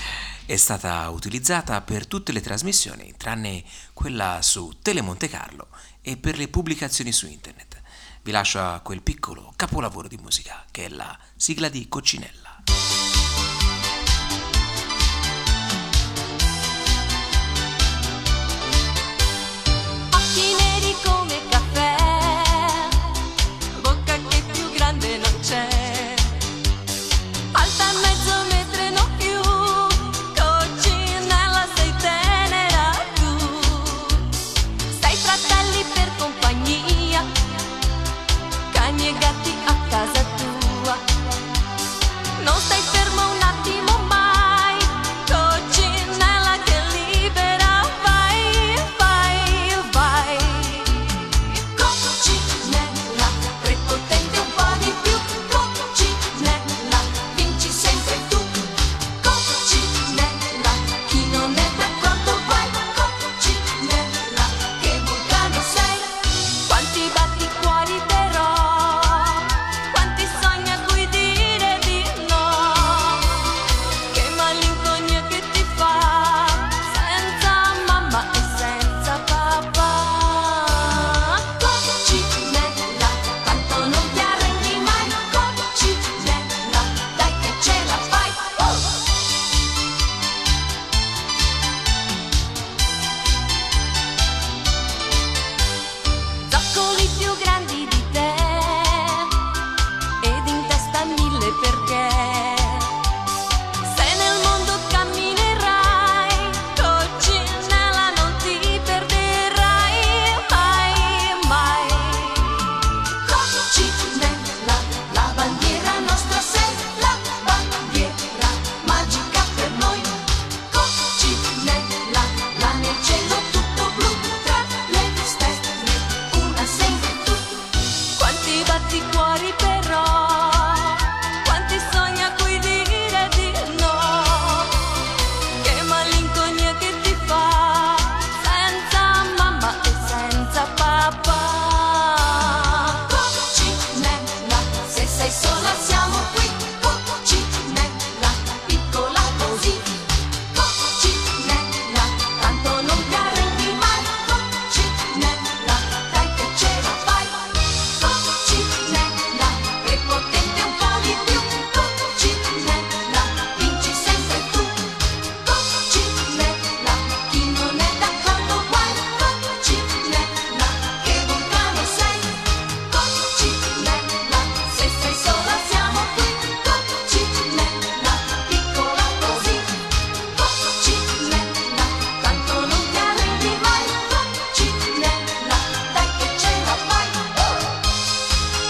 È stata utilizzata per tutte le trasmissioni tranne quella su Telemonte Carlo e per le pubblicazioni su internet. Vi lascio a quel piccolo capolavoro di musica che è la sigla di Coccinella. Occhi neri come caffè, bocca che più grande non c'è, alta mezzo metro e non più, Coccinella sei tenera tu, sei fratelli per compagnia, cani e gatti a casa tua, non stai fermo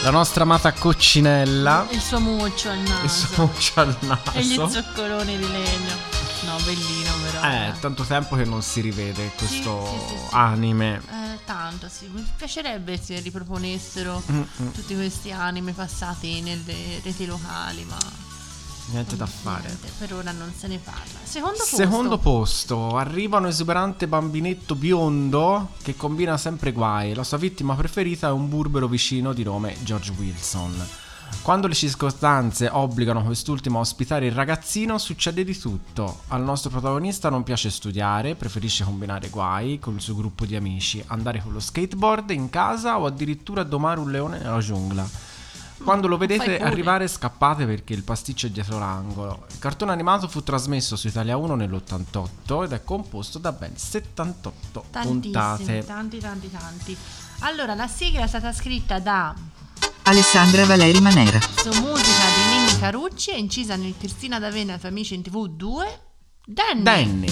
la nostra amata coccinella. Il suo muccio al naso. Il suo muccio al naso. E gli zoccoloni di legno. No, bellino però. Tanto tempo che non si rivede questo sì. anime. Tanto, sì. Mi piacerebbe se riproponessero tutti questi anime passati nelle reti locali, ma niente da fare. Niente, per ora non se ne parla. Secondo posto, arriva un esuberante bambinetto biondo che combina sempre guai. La sua vittima preferita è un burbero vicino di nome George Wilson. Quando le circostanze obbligano quest'ultimo a ospitare il ragazzino, succede di tutto. Al nostro protagonista non piace studiare, preferisce combinare guai con il suo gruppo di amici, andare con lo skateboard in casa o addirittura domare un leone nella giungla. Quando lo vedete arrivare, scappate perché il pasticcio è dietro l'angolo. Il cartone animato fu trasmesso su Italia 1 nell'88 ed è composto da ben 78 puntate. Tanti. Allora, la sigla è stata scritta da Alessandra Valeri Manera. su musica di Ninni Carucci e incisa nel Cristina D'Avena e Amici in TV 2 Danny.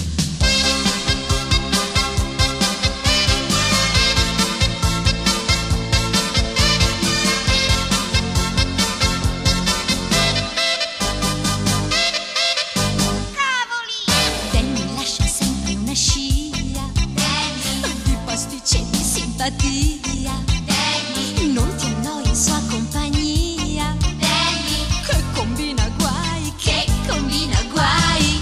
Danny lascia sempre una scia di pasticci e di simpatia. Non ti annoi in sua compagnia. Che combina guai, che combina guai.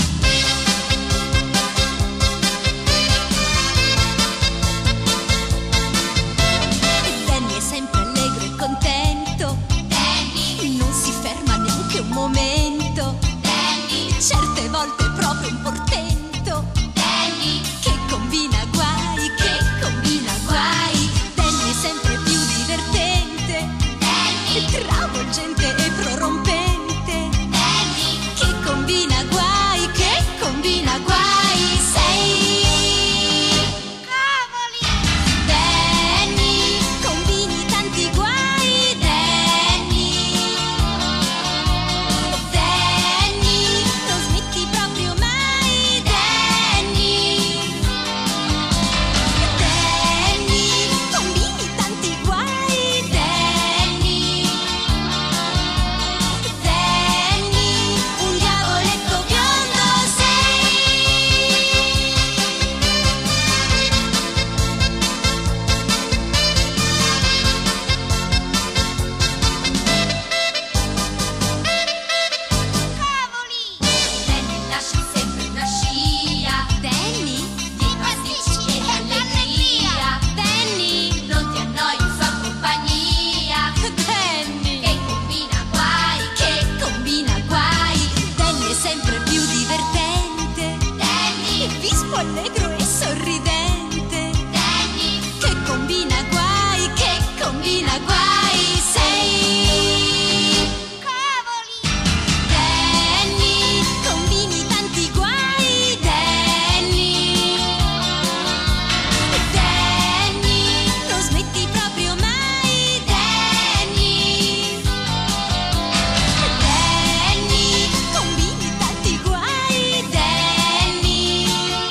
Danny è sempre allegro e contento. Non si ferma neanche un momento. Certe volte è proprio un portento. Che combina guai, che combina guai. Danny è sempre più divertente, travolgente e prorompente. Che combina guai, che combina guai. Sei cavoli. Danny, combini tanti guai. Danny, non smetti proprio mai. Danny, combini tanti guai. Danny, un diavoletto biondo sei. Danny lascia sempre una scia. Danny, di pasticci e allegria. Danny, non ti annoi in sua compagnia. Danny, che combina guai, che combina guai. Danny è sempre più divertente. Danny, vispo allegro e sorridente. Danny, che combina guai, che combina guai. Sei cavoli. Danny, combini tanti guai. Danny, non smetti proprio mai. Danny, combini tanti guai. Danny,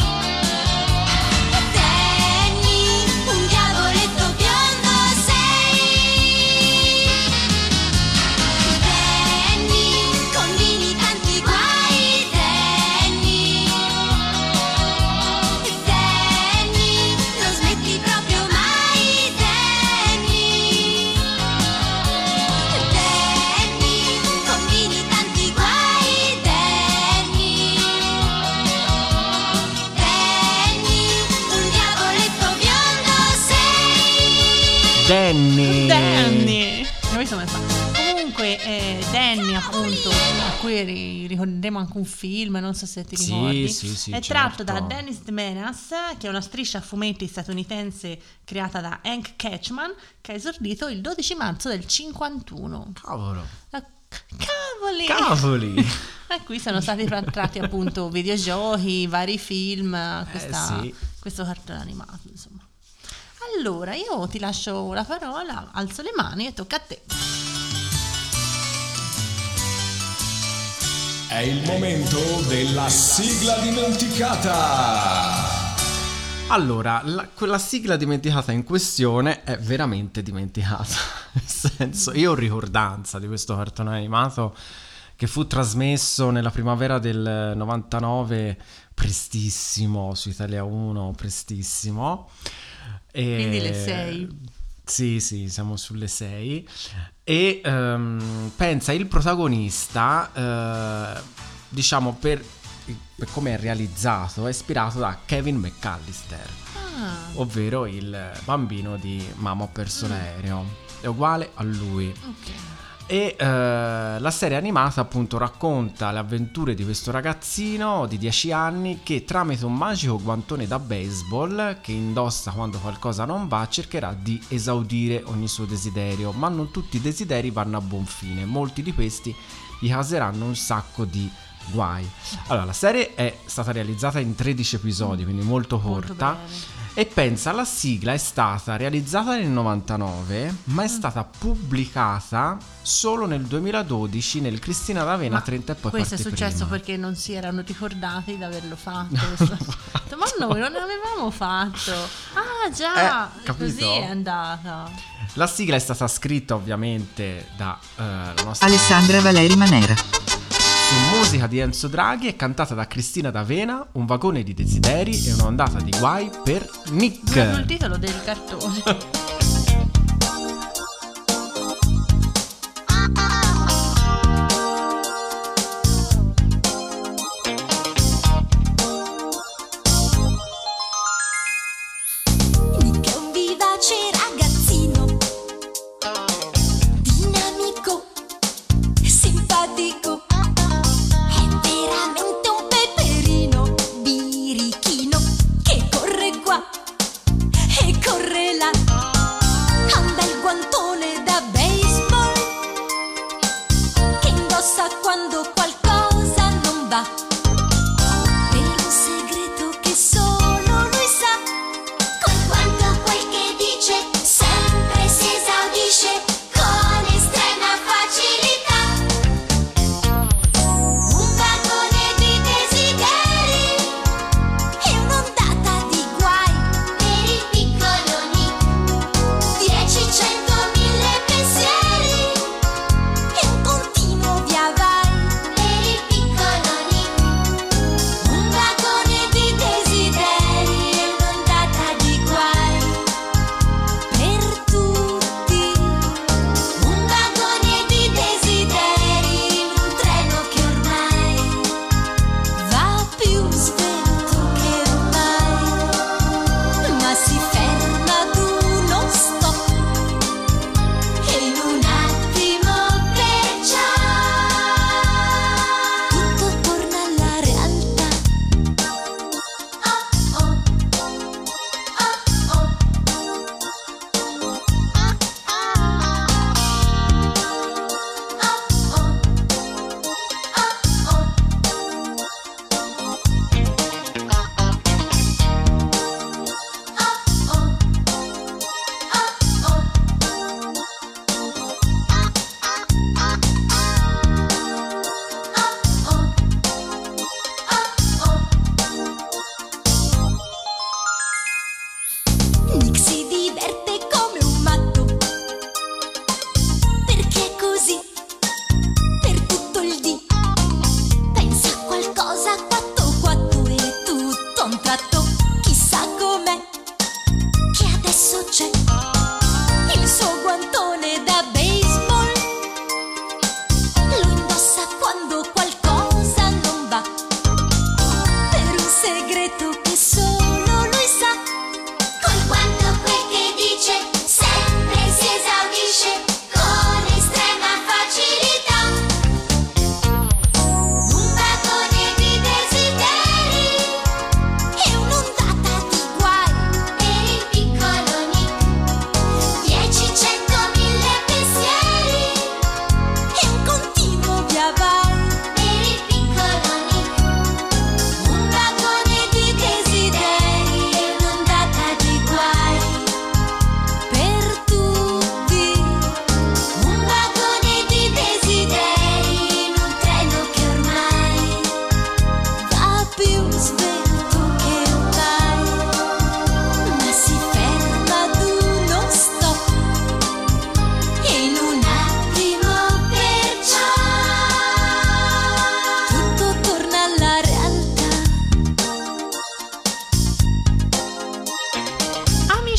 un diavoletto biondo sei. Danny, combini tanti guai. Danny, non smetti proprio mai. Danny, combini tanti guai. Danny, un diavoletto biondo sei. Danny. Questo mi fa. Comunque Danny, appunto, a cui ricorderemo anche un film, non so se ti ricordi. Sì, è tratto da certo. Dennis the Menace, che è una striscia a fumetti statunitense creata da Hank Ketchman, che ha esordito il 12 marzo del 51. Cavolo. Cavoli! E qui sono stati tratti appunto videogiochi, vari film, questo cartone animato, insomma. Allora, io ti lascio la parola, alzo le mani e tocca a te. È il momento della sigla dimenticata. Allora, quella sigla dimenticata in questione è veramente dimenticata. Nel senso, io ho ricordanza di questo cartone animato che fu trasmesso nella primavera del 99, prestissimo, su Italia 1, prestissimo. Quindi le 6. Sì, siamo sulle 6. E pensa, il protagonista, diciamo, per come è realizzato, è ispirato da Kevin McAllister, ovvero il bambino di Mamma ho perso l'aereo. È uguale a lui. E la serie animata appunto racconta le avventure di questo ragazzino di 10 anni che tramite un magico guantone da baseball che indossa quando qualcosa non va cercherà di esaudire ogni suo desiderio, ma non tutti i desideri vanno a buon fine, molti di questi gli causeranno un sacco di guai. Allora, la serie è stata realizzata in 13 episodi, quindi molto corta. E pensa, la sigla è stata realizzata nel 99, ma è stata pubblicata solo nel 2012 nel Cristina d'Avena 30 e poi questo è parte successo prima. perché non si erano ricordati di averlo fatto. Ma noi non l'avevamo fatto. Ah già, capito? così è andata. La sigla è stata scritta ovviamente da la nostra Alessandra Valeri Manera. su musica di Enzo Draghi e cantata da Cristina d'Avena, un vagone di desideri e un'ondata di guai per Nick. Proprio il titolo del cartone. Nick è un vivace ragazzino, dinamico, simpatico, è veramente un peperino, birichino, che corre qua e corre là.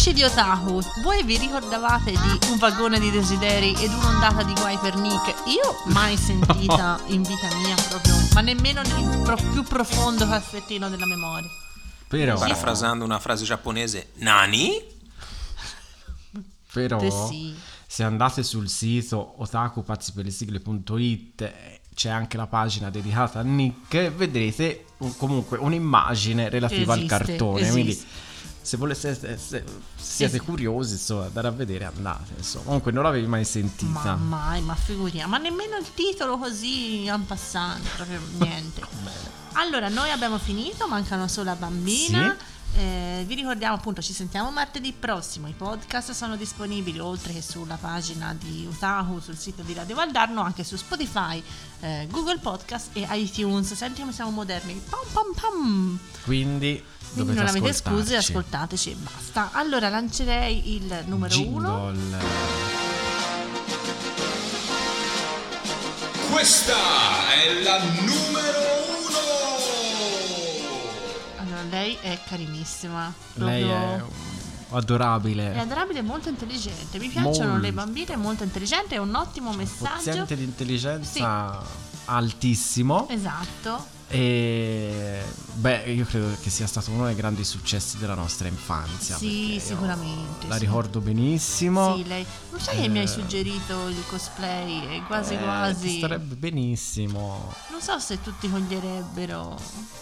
Amici di Otaku, voi vi ricordavate di un vagone di desideri ed un'ondata di guai per Nick? Io mai sentita in vita mia proprio, ma nemmeno nel più profondo cassettino della memoria. Però, parafrasando una frase giapponese, Nani? Però sì. se andate sul sito otakupazziperlesigle.it c'è anche la pagina dedicata a Nick e vedrete comunque un'immagine relativa al cartone. Esiste. Quindi se volete, se siete curiosi, insomma, andare a vedere, andate. Insomma. Comunque non l'avevi mai sentita. Ma figuriamo, ma nemmeno il titolo così en passant, proprio niente. Allora, noi abbiamo finito, mancano solo la bambina. Sì. Vi ricordiamo appunto, ci sentiamo martedì prossimo. I podcast sono disponibili oltre che sulla pagina di Otaku, sul sito di Radio Valdarno, anche su Spotify, Google Podcast e iTunes. Senti come siamo moderni. Pam pam pam. Quindi dovete non avete ascoltarci. scuse, ascoltateci e basta. Allora lancerei il numero 1. Questa è la numero 1. Allora, lei è carinissima. Lei è adorabile. È adorabile e molto intelligente. Mi piacciono Molto. le bambine molto intelligenti. È un ottimo messaggio. Quoziente di intelligenza altissimo. Esatto. E io credo che sia stato uno dei grandi successi della nostra infanzia. Sì, sicuramente. La ricordo benissimo. Sì, lei. Non sai che mi hai suggerito il cosplay? È quasi quasi. Starebbe benissimo. Non so se tutti coglierebbero.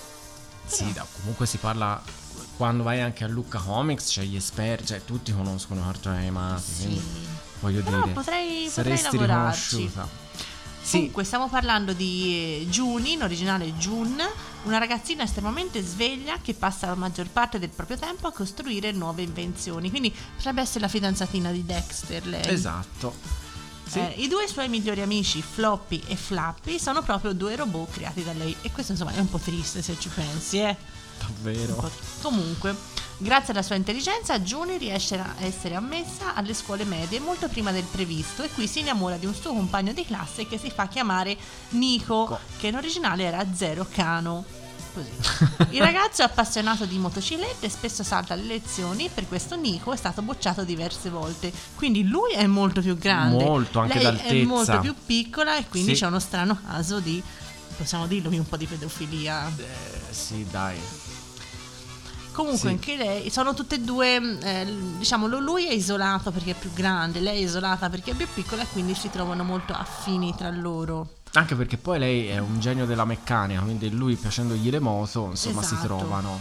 Sì, comunque si parla. Quando vai anche a Lucca Comics c'è gli esperti, cioè tutti conoscono i cartoni animati. Sì. Quindi, voglio Però dire, potrei saresti lavorarci. riconosciuta. Sì. Comunque stiamo parlando di Juni, in originale Jun, una ragazzina estremamente sveglia che passa la maggior parte del proprio tempo a costruire nuove invenzioni. Quindi potrebbe essere la fidanzatina di Dexter, lei. Esatto. Sì. I due suoi migliori amici, Floppy e Flappy, sono proprio due robot creati da lei. E questo insomma è un po' triste se ci pensi, Davvero. Comunque, grazie alla sua intelligenza, Juni riesce a essere ammessa alle scuole medie molto prima del previsto e qui si innamora di un suo compagno di classe che si fa chiamare Nico, che in originale era Zero Kano. Così. Il ragazzo è appassionato di motociclette e spesso salta le lezioni, per questo Nico è stato bocciato diverse volte. Quindi lui è molto più grande, molto, anche lei d'altezza. è molto più piccola e quindi Sì. c'è uno strano caso di, possiamo dirlo, un po' di pedofilia. Sì, dai. Comunque Sì. anche lei, sono tutte e due, diciamo, lui è isolato perché è più grande, lei è isolata perché è più piccola e quindi si trovano molto affini tra loro. Anche perché poi lei è un genio della meccanica, quindi lui piacendogli le moto, insomma, si Esatto. trovano.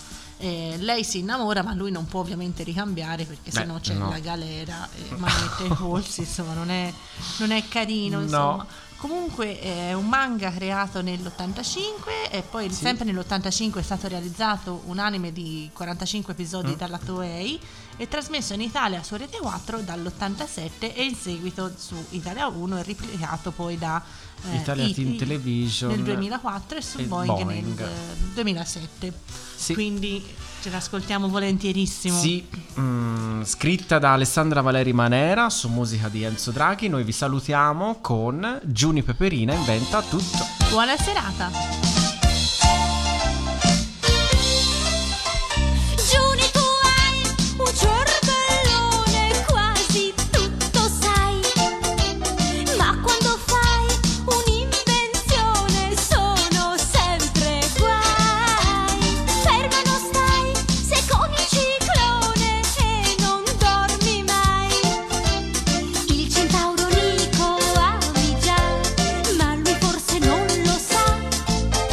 Lei si innamora, ma lui non può ovviamente ricambiare perché sennò c'è no. la galera e manette ai polsi, insomma non è carino, No. insomma. Comunque è un manga creato nell'85 e poi Sì. sempre nell'85 è stato realizzato un anime di 45 episodi dalla Toei e trasmesso in Italia su Rete 4 dall'87 e in seguito su Italia 1 e replicato poi da Italia Teen Television nel 2004 e su e Boeing Boeing. nel 2007. Sì. Quindi ce l'ascoltiamo volentierissimo. Sì, scritta da Alessandra Valeri Manera su musica di Enzo Draghi. Noi vi salutiamo con Giuni Peperina inventa tutto. Buona serata. Giuni, tu hai un cervellone, quasi tutto sai, ma quando fai un'invenzione sono sempre guai. Ferma non stai, sei come il ciclone e non dormi mai. Il centauro Nico ami già, ma lui forse non lo sa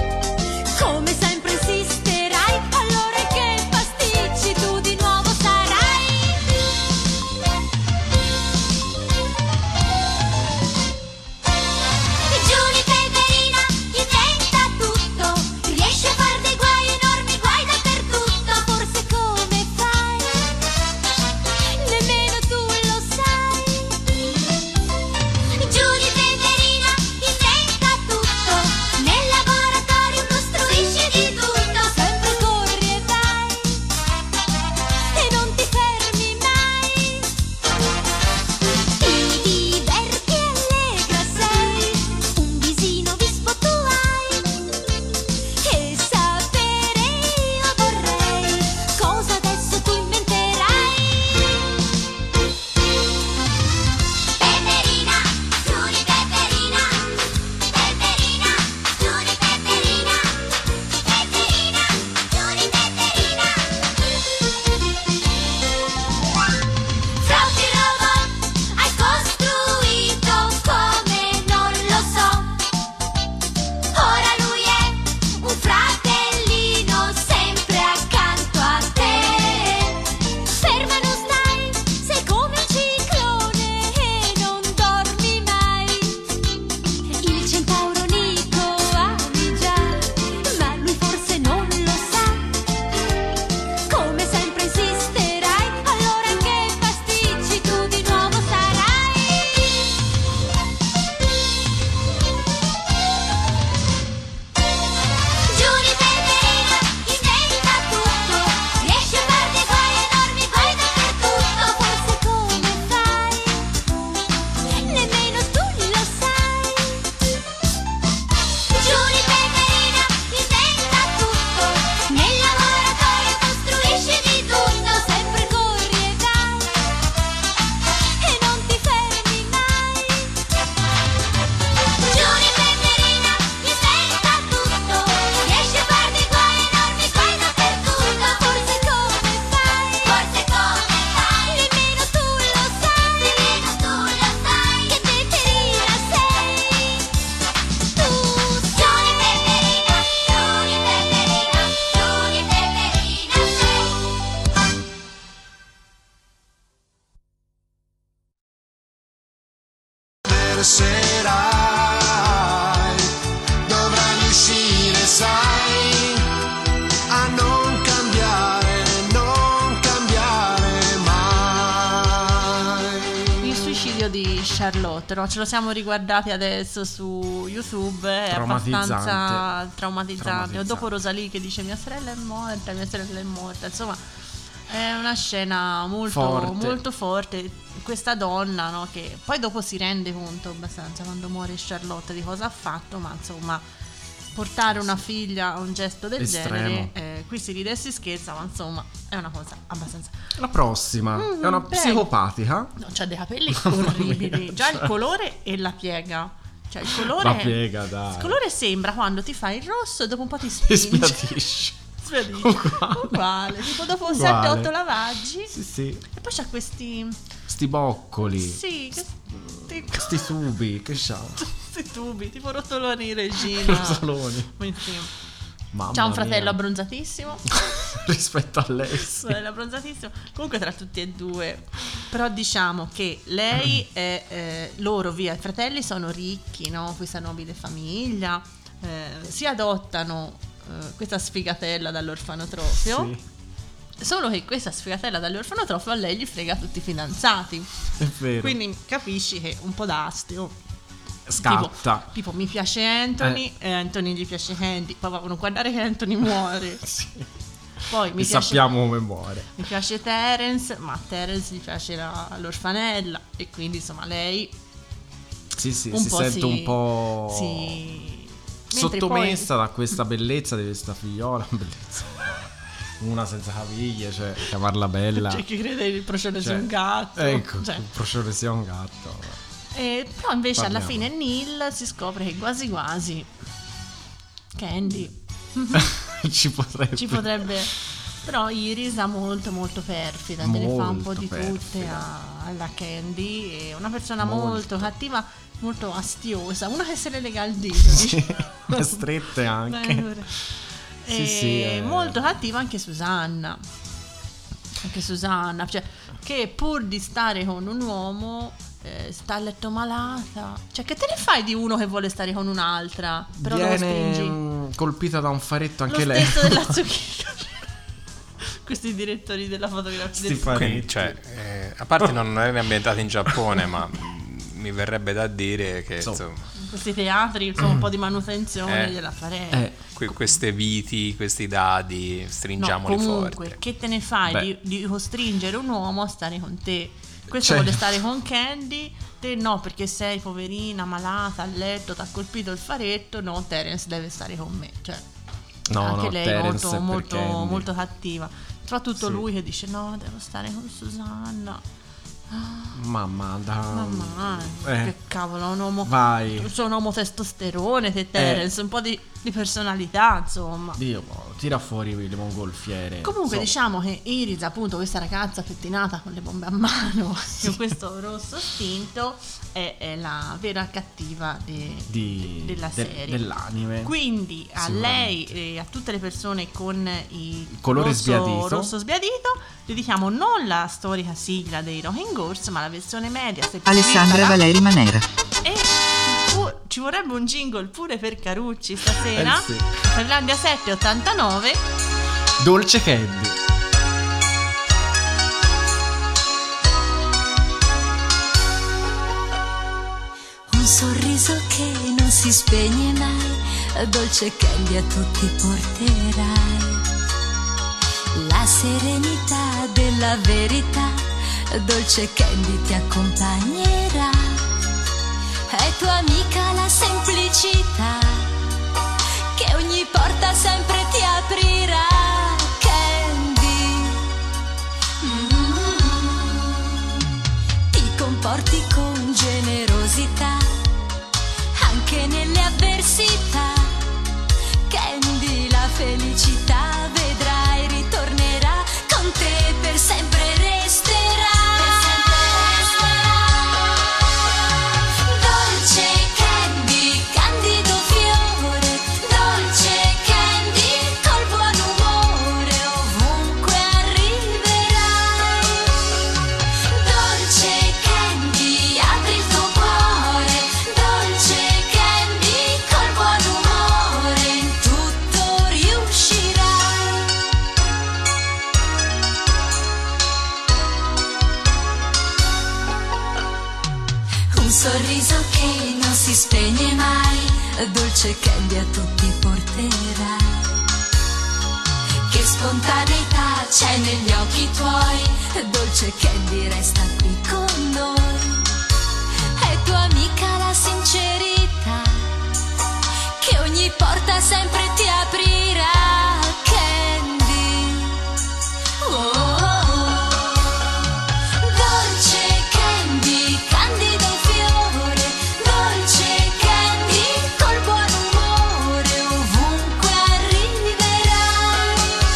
forse dovrai riuscire, sai, a non cambiare mai. Il suicidio di Charlotte, no? Ce lo siamo riguardati adesso su YouTube, è abbastanza traumatizzante. Dopo Rosalie che dice mia sorella è morta, insomma è una scena molto forte. Questa donna, no, che poi dopo si rende conto abbastanza quando muore Charlotte di cosa ha fatto, ma insomma portare una figlia a un gesto del genere, qui si ride e si scherza, ma insomma è una cosa abbastanza. La prossima è una psicopatica. No, c'ha dei capelli orribili, già il colore e la piega. Cioè il colore, la piega, dai. Il colore sembra quando ti fai il rosso e dopo un po' ti spinge. Sbiadisce. Uguale, tipo dopo 7-8 lavaggi. Sì. E poi c'ha questi boccoli. Sì, questi tubi, che c'ha? Questi tubi, tipo rotoloni Regina. Rotoloni. C'ha un fratello abbronzatissimo. Rispetto a lei. Fratello abbronzatissimo. Comunque tra tutti e due. Però diciamo che lei è loro via, i fratelli sono ricchi, no? Questa nobile famiglia. Si adottano questa sfigatella dall'orfanotrofio. Sì. Solo che questa sfigatella dall'orfanotrofio a lei gli frega tutti i fidanzati. È vero. Quindi capisci che un po' d'astio scatta. Tipo mi piace Anthony e Anthony gli piace Candy. Poi non guardare che Anthony muore. Sì. Poi mi piace, sappiamo come muore. Mi piace Terence, ma a Terence gli piace l'orfanella. E quindi insomma lei si sente un po' sottomessa da questa bellezza di questa figliola. Bellezza. Una senza caviglie, cioè chiamarla bella. C'è chi crede che il procione sia un gatto. Ecco, il procione sia un gatto. Però invece alla fine Neil si scopre che quasi quasi Candy ci potrebbe. Però Iris è molto perfida, ne fa un po' di tutte alla Candy. È una persona molto cattiva, molto astiosa, una che se ne lega al dito. Strette anche. Sì, molto cattiva anche Susanna, cioè che pur di stare con un uomo sta a letto malata. Cioè che te ne fai di uno che vuole stare con un'altra, però lo spingi? Colpita da un faretto anche lo lei. Lo stesso della Zucchino. Questi direttori della fotografia Quindi, cioè, a parte non è ambientato in Giappone, ma mi verrebbe da dire che insomma questi teatri, insomma, un po' di manutenzione gliela farei. Queste viti, questi dadi, stringiamoli comunque, forte. che te ne fai di costringere un uomo a stare con te? Questo vuole stare con Candy, te no, perché sei poverina, malata, a letto, ti ha colpito il faretto. No, Terence deve stare con me. Cioè, anche lei è molto cattiva. Soprattutto lui che dice no, devo stare con Susanna. Mamma, che cavolo, un uomo. Sono un uomo testosterone, te Terence, un po' di personalità, insomma. Dio, tira fuori le mongolfiere. Comunque diciamo che Iris, appunto, questa ragazza pettinata con le bombe a mano con questo rosso stinto è la vera cattiva della serie, dell'anime. Quindi a lei e a tutte le persone con il colore rosso sbiadito dedichiamo non la storica sigla dei Rocking Horse, ma la versione media Alessandra Valeri Manera. E ci vorrebbe un jingle pure per Carucci stasera. Finlandia 789 Dolce Candy. Un sorriso che non si spegne mai, dolce Candy a tutti porterai. La serenità della verità, dolce Candy ti accompagnerà. È tua amica la semplicità, che ogni porta sempre ti aprirà. Candy, ti comporti con generosità, anche nelle avversità. Candy, la felicità vedrai ritornerà, con te per sempre resterà. Dolce Candy, candido fiore, dolce Candy, col buon umore ovunque arriverai. Dolce Candy, sorriso che non si spegne mai, dolce candy a tutti porterai. Che spontaneità c'è negli occhi tuoi, dolce candy resta qui con noi. È tua amica la sincerità, che ogni porta sempre ti aprirà, candy. Oh, oh, oh. Dolce candy, candido fiore, dolce candy col buon umore, ovunque arriverai.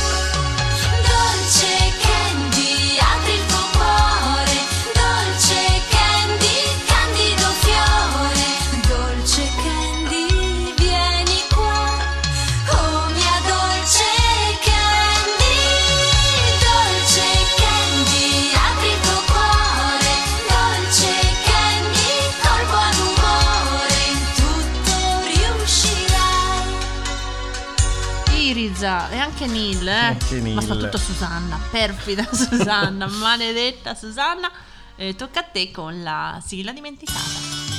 Dolce candy, apri il tuo cuore, dolce candy, candido fiore, dolce candy, vieni qua, oh mia dolce candy. Dolce candy, apri il tuo cuore, dolce candy, col buon umore, in tutto riuscirai. Iriza e anche Neil, Anche Neil. ma soprattutto Susanna, perfida Susanna, maledetta Susanna. Tocca a te con la sigla dimenticata.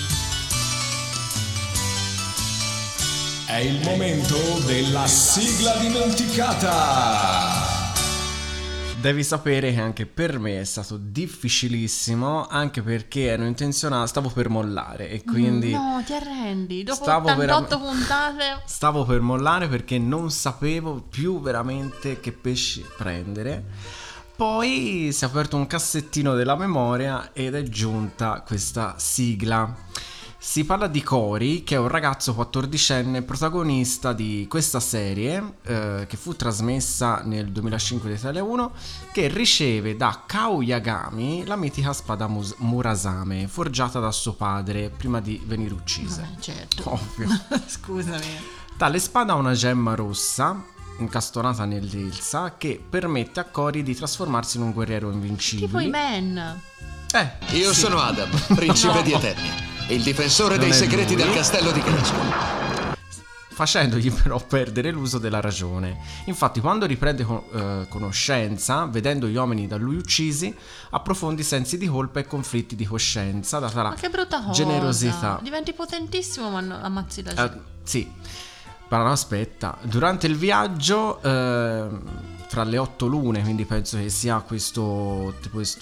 È il momento della sigla dimenticata. Devi sapere che anche per me è stato difficilissimo, anche perché ero intenzionato, stavo per mollare e quindi No, ti arrendi. Dopo Stavo 88 puntate. stavo per mollare perché non sapevo più veramente che pesci prendere. Poi si è aperto un cassettino della memoria ed è giunta questa sigla. Si parla di Cory, che è un ragazzo 14enne protagonista di questa serie che fu trasmessa nel 2005 di Italia 1, che riceve da Kao Yagami la mitica spada Murasame, forgiata da suo padre prima di venire uccisa. Certo. Ovvio. Scusami. Tale spada ha una gemma rossa incastonata nell'elsa che permette a Cory di trasformarsi in un guerriero invincibile. Tipo i Men. Io sì. sono Adam, principe No. di Eternia, il difensore Non dei è segreti lui. del castello di Grayskull. Facendogli però perdere l'uso della ragione. Infatti quando riprende conoscenza, vedendo gli uomini da lui uccisi, approfondi sensi di colpa e conflitti di coscienza, data la Ma che brutta cosa. generosità. Diventi potentissimo ma ammazzi la gente. Sì, però aspetta, durante il viaggio fra le 8 lune, quindi penso che sia questo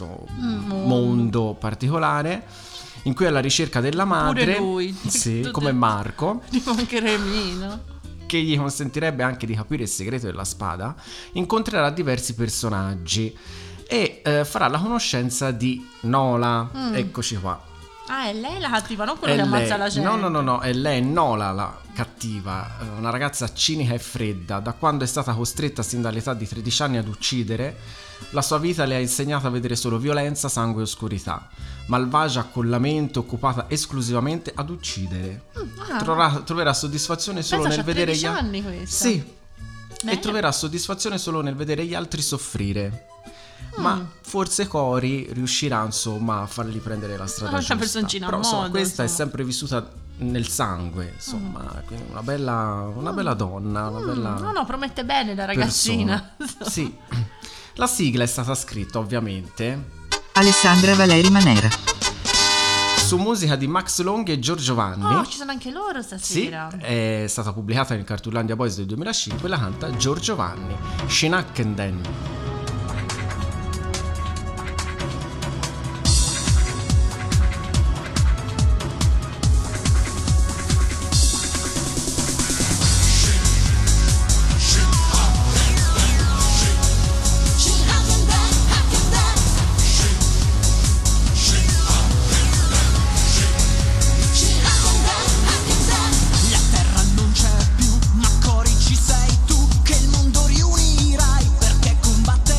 mondo particolare in cui è alla ricerca della madre. Pure lui. Sì, come Marco, Tipo anche Remino. che gli consentirebbe anche di capire il segreto della spada, incontrerà diversi personaggi e farà la conoscenza di Nola. Eccoci qua. Ah, è lei la cattiva, non quello È che ammazza lei. la gente. No, è lei Nola la cattiva, una ragazza cinica e fredda. Da quando è stata costretta sin dall'età di 13 anni ad uccidere, la sua vita le ha insegnato a vedere solo violenza, sangue e oscurità. Malvagia con la mente occupata esclusivamente ad uccidere. Troverà soddisfazione solo Pensa, nel c'ha vedere 13 anni questa. Sì. Bene. E troverà soddisfazione solo nel vedere gli altri soffrire. Ma forse Cory riuscirà insomma a fargli prendere la strada Una giusta. personcina a Però insomma, modo, questa è insomma. sempre vissuta nel sangue, insomma, quindi una bella donna, una bella No, promette bene la ragazzina. persona. Sì. La sigla è stata scritta ovviamente Alessandra Valeri Manera. su musica di Max Longhi e Giorgio Vanni. Oh, ci sono anche loro Sì, stasera. è stata pubblicata in Cartullandia Boys del 2005 e la canta Giorgio Vanni. Schnackenden. La terra non c'è più, ma Cory ci sei tu, che il mondo riunirai, perché combattere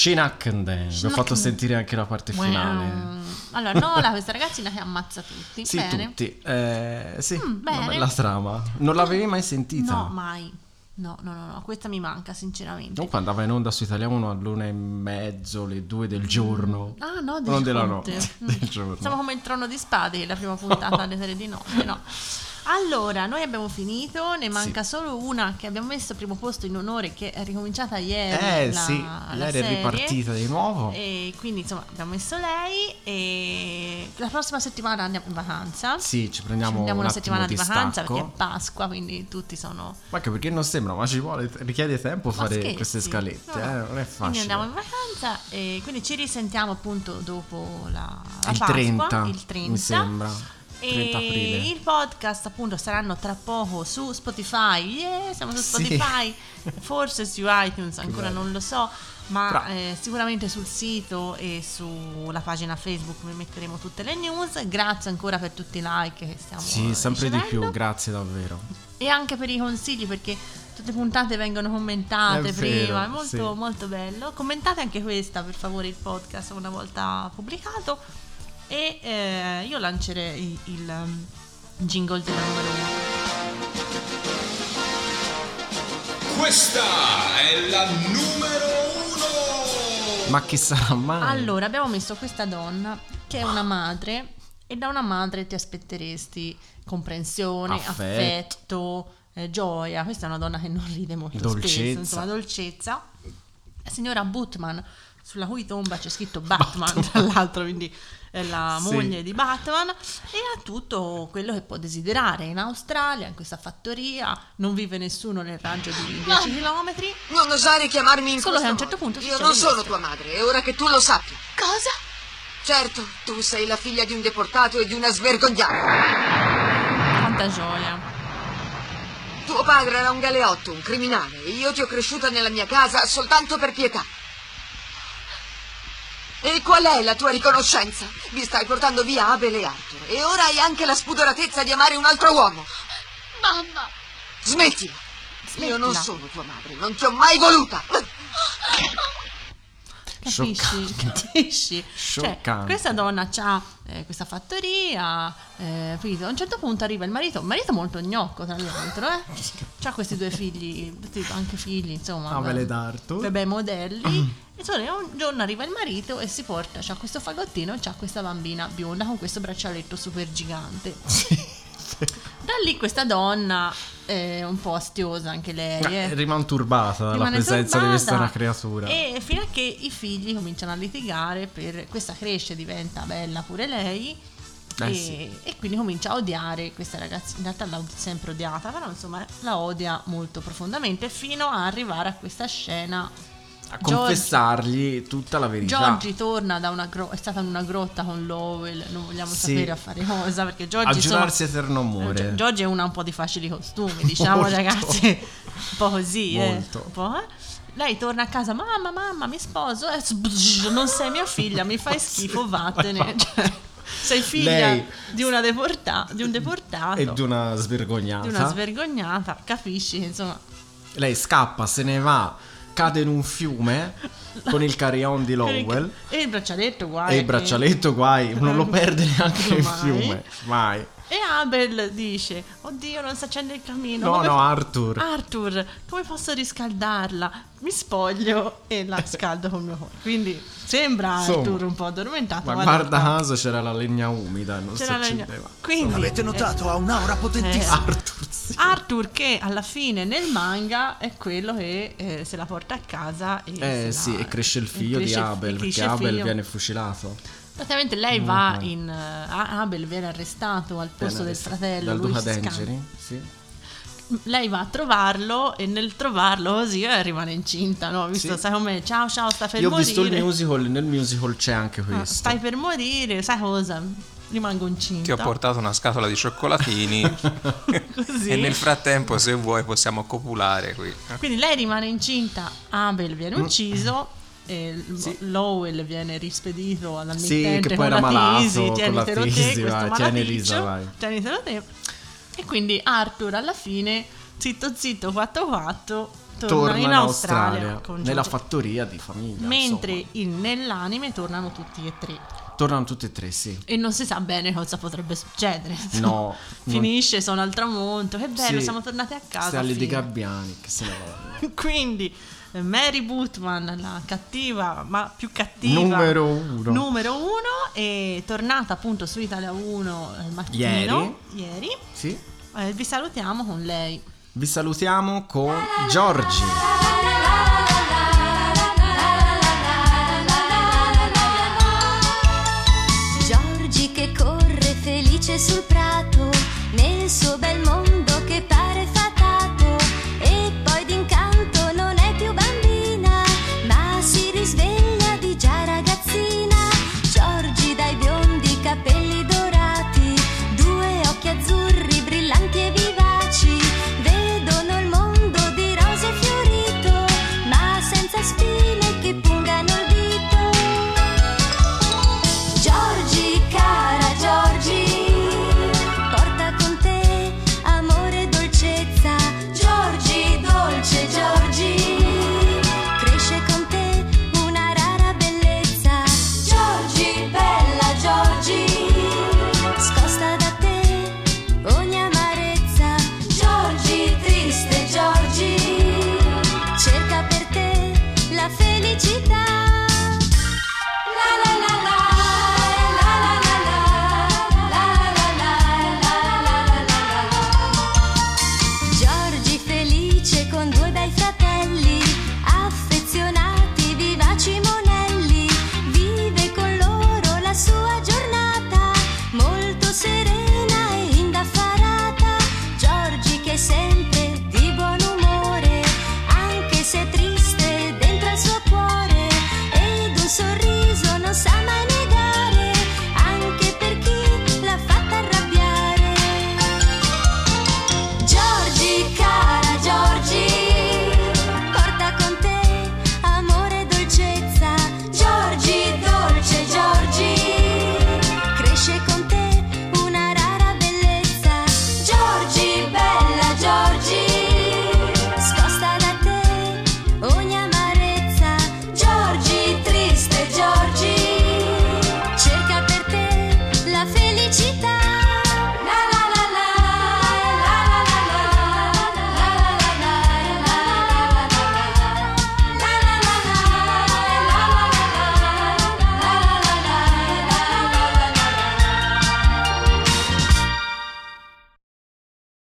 Shinakanden. Vi ho fatto sentire anche la parte finale. Allora, Nola, questa ragazzina che ammazza tutti. Sì, bene. tutti. Sì, bene. una bella trama. Non l'avevi mai sentita? No, mai. No, questa mi manca sinceramente. Comunque andava in onda su Italia 1 all'1:30, le 2 del giorno. Ah no, non della notte, del giorno. Siamo come il Trono di Spade, la prima puntata alle serie di notte, no. Allora, noi abbiamo finito, ne manca solo una che abbiamo messo al primo posto in onore, che è ricominciata ieri. Ieri è ripartita di nuovo. E quindi insomma abbiamo messo lei e la prossima settimana andiamo in vacanza. Sì, ci prendiamo una settimana di vacanza stacco. perché è Pasqua, quindi tutti sono... Ma anche perché non sembra, ma ci vuole, richiede tempo fare scherzi? queste scalette, No. non è facile. Quindi andiamo in vacanza e quindi ci risentiamo appunto dopo la il Pasqua, 30, il 30 mi sembra. 30 aprile. E il podcast appunto saranno tra poco su Spotify. Siamo su Spotify, forse su iTunes, ancora non lo so, ma sicuramente sul sito e sulla pagina Facebook vi metteremo tutte le news. Grazie ancora per tutti i like che stiamo sempre ricevendo. di più, grazie davvero. E anche per i consigli, perché tutte le puntate vengono commentate È prima, vero, è molto bello. Commentate anche questa, per favore, il podcast una volta pubblicato. E io lancerei il jingle della numero 1. Questa è la numero 1. Ma chi sarà mai? Allora, abbiamo messo questa donna che è una madre, e da una madre ti aspetteresti comprensione, affetto, gioia. Questa è una donna che non ride molto spesso, insomma, dolcezza. La signora Butman, sulla cui tomba c'è scritto Batman, tra l'altro, quindi è la moglie di Batman, e ha tutto quello che può desiderare. In Australia, in questa fattoria, non vive nessuno nel raggio di 10 chilometri. Non osare chiamarmi in solo questo che a un certo modo. punto Io succede non sono questo. tua madre, è ora che tu lo sappia. Cosa? Certo, tu sei la figlia di un deportato e di una svergognata. Quanta gioia. Tuo padre era un galeotto, un criminale, e io ti ho cresciuta nella mia casa soltanto per pietà. E qual è la tua riconoscenza? Vi stai portando via Abel e Arthur, e ora hai anche la spudoratezza di amare un altro uomo. Mamma! Smettila! Io non sono tua madre, non ti ho mai voluta! Capisci? Cioè, Scioccante. questa donna ha questa fattoria, capito? A un certo punto arriva il marito molto gnocco, tra l'altro, c'ha questi due figli, anche figli, insomma, Abel ed Arthur. bei modelli. E un giorno arriva il marito e si porta, c'ha questo fagottino e c'ha questa bambina bionda con questo braccialetto super gigante. Da lì questa donna è un po' astiosa anche lei, Rimane turbata dalla presenza di questa creatura. E fino a che i figli cominciano a litigare, questa cresce, diventa bella pure lei, e quindi comincia a odiare questa ragazza. In realtà l'ha sempre odiata, però insomma la odia molto profondamente, fino a arrivare a questa scena. A confessargli tutta la verità. Giorgi torna da è stata in una grotta con Lowell, non vogliamo sapere a fare cosa, perché Giorgi, a giurarsi eterno amore. Giorgi è una un po' di facili costumi, diciamo, ragazzi, un po' così, Molto. Un po', Lei torna a casa, mamma, mi sposo, non sei mia figlia, mi fai schifo, vattene. Cioè, sei figlia di un deportato e di una svergognata. Capisci, insomma. Lei scappa, se ne va, cade in un fiume con il carillon di Lowell e il braccialetto guai, non lo perde neanche il fiume, mai. E Abel dice: oddio, non si accende il camino. Arthur, come posso riscaldarla? Mi spoglio e la scaldo con il mio cuore. Quindi sembra Arthur un po' addormentato, ma guarda caso c'era la legna umida, non si accendeva. Quindi avete notato, ha un'aura potentissima. Arthur, che alla fine nel manga è quello che se la porta a casa e e cresce il figlio di Abel, perché Abel viene fucilato. Praticamente lei va Abel viene arrestato al posto del fratello, dal lui Duca si Dangeri, lei va a trovarlo e nel trovarlo così rimane incinta, no? Visto, sai com'è? Ciao, sta per morire. Io ho visto il musical, nel musical c'è anche questo. Stai per morire, sai cosa? Rimango incinta. Ti ho portato una scatola di cioccolatini e nel frattempo, se vuoi, possiamo copulare qui. Quindi lei rimane incinta, Abel viene uciso, Lowell viene rispedito al mittente, che poi era malato, tienitelo te, tienitelo te. E quindi Arthur alla fine, zitto 4, torna in Australia con nella George. fattoria di famiglia. Mentre nell'anime tornano tutti e tre. Tornano tutti e tre, sì. E non si sa bene cosa potrebbe succedere. No. Finisce, sono al tramonto. Che bello, Sì. siamo tornati a casa. Sta lì di fine. Gabbiani che se ne va. Quindi Mary Bootman, la cattiva, ma più cattiva Numero uno. è tornata appunto su Italia 1 al mattino ieri. Sì. Vi salutiamo con lei. Vi salutiamo con Giorgi.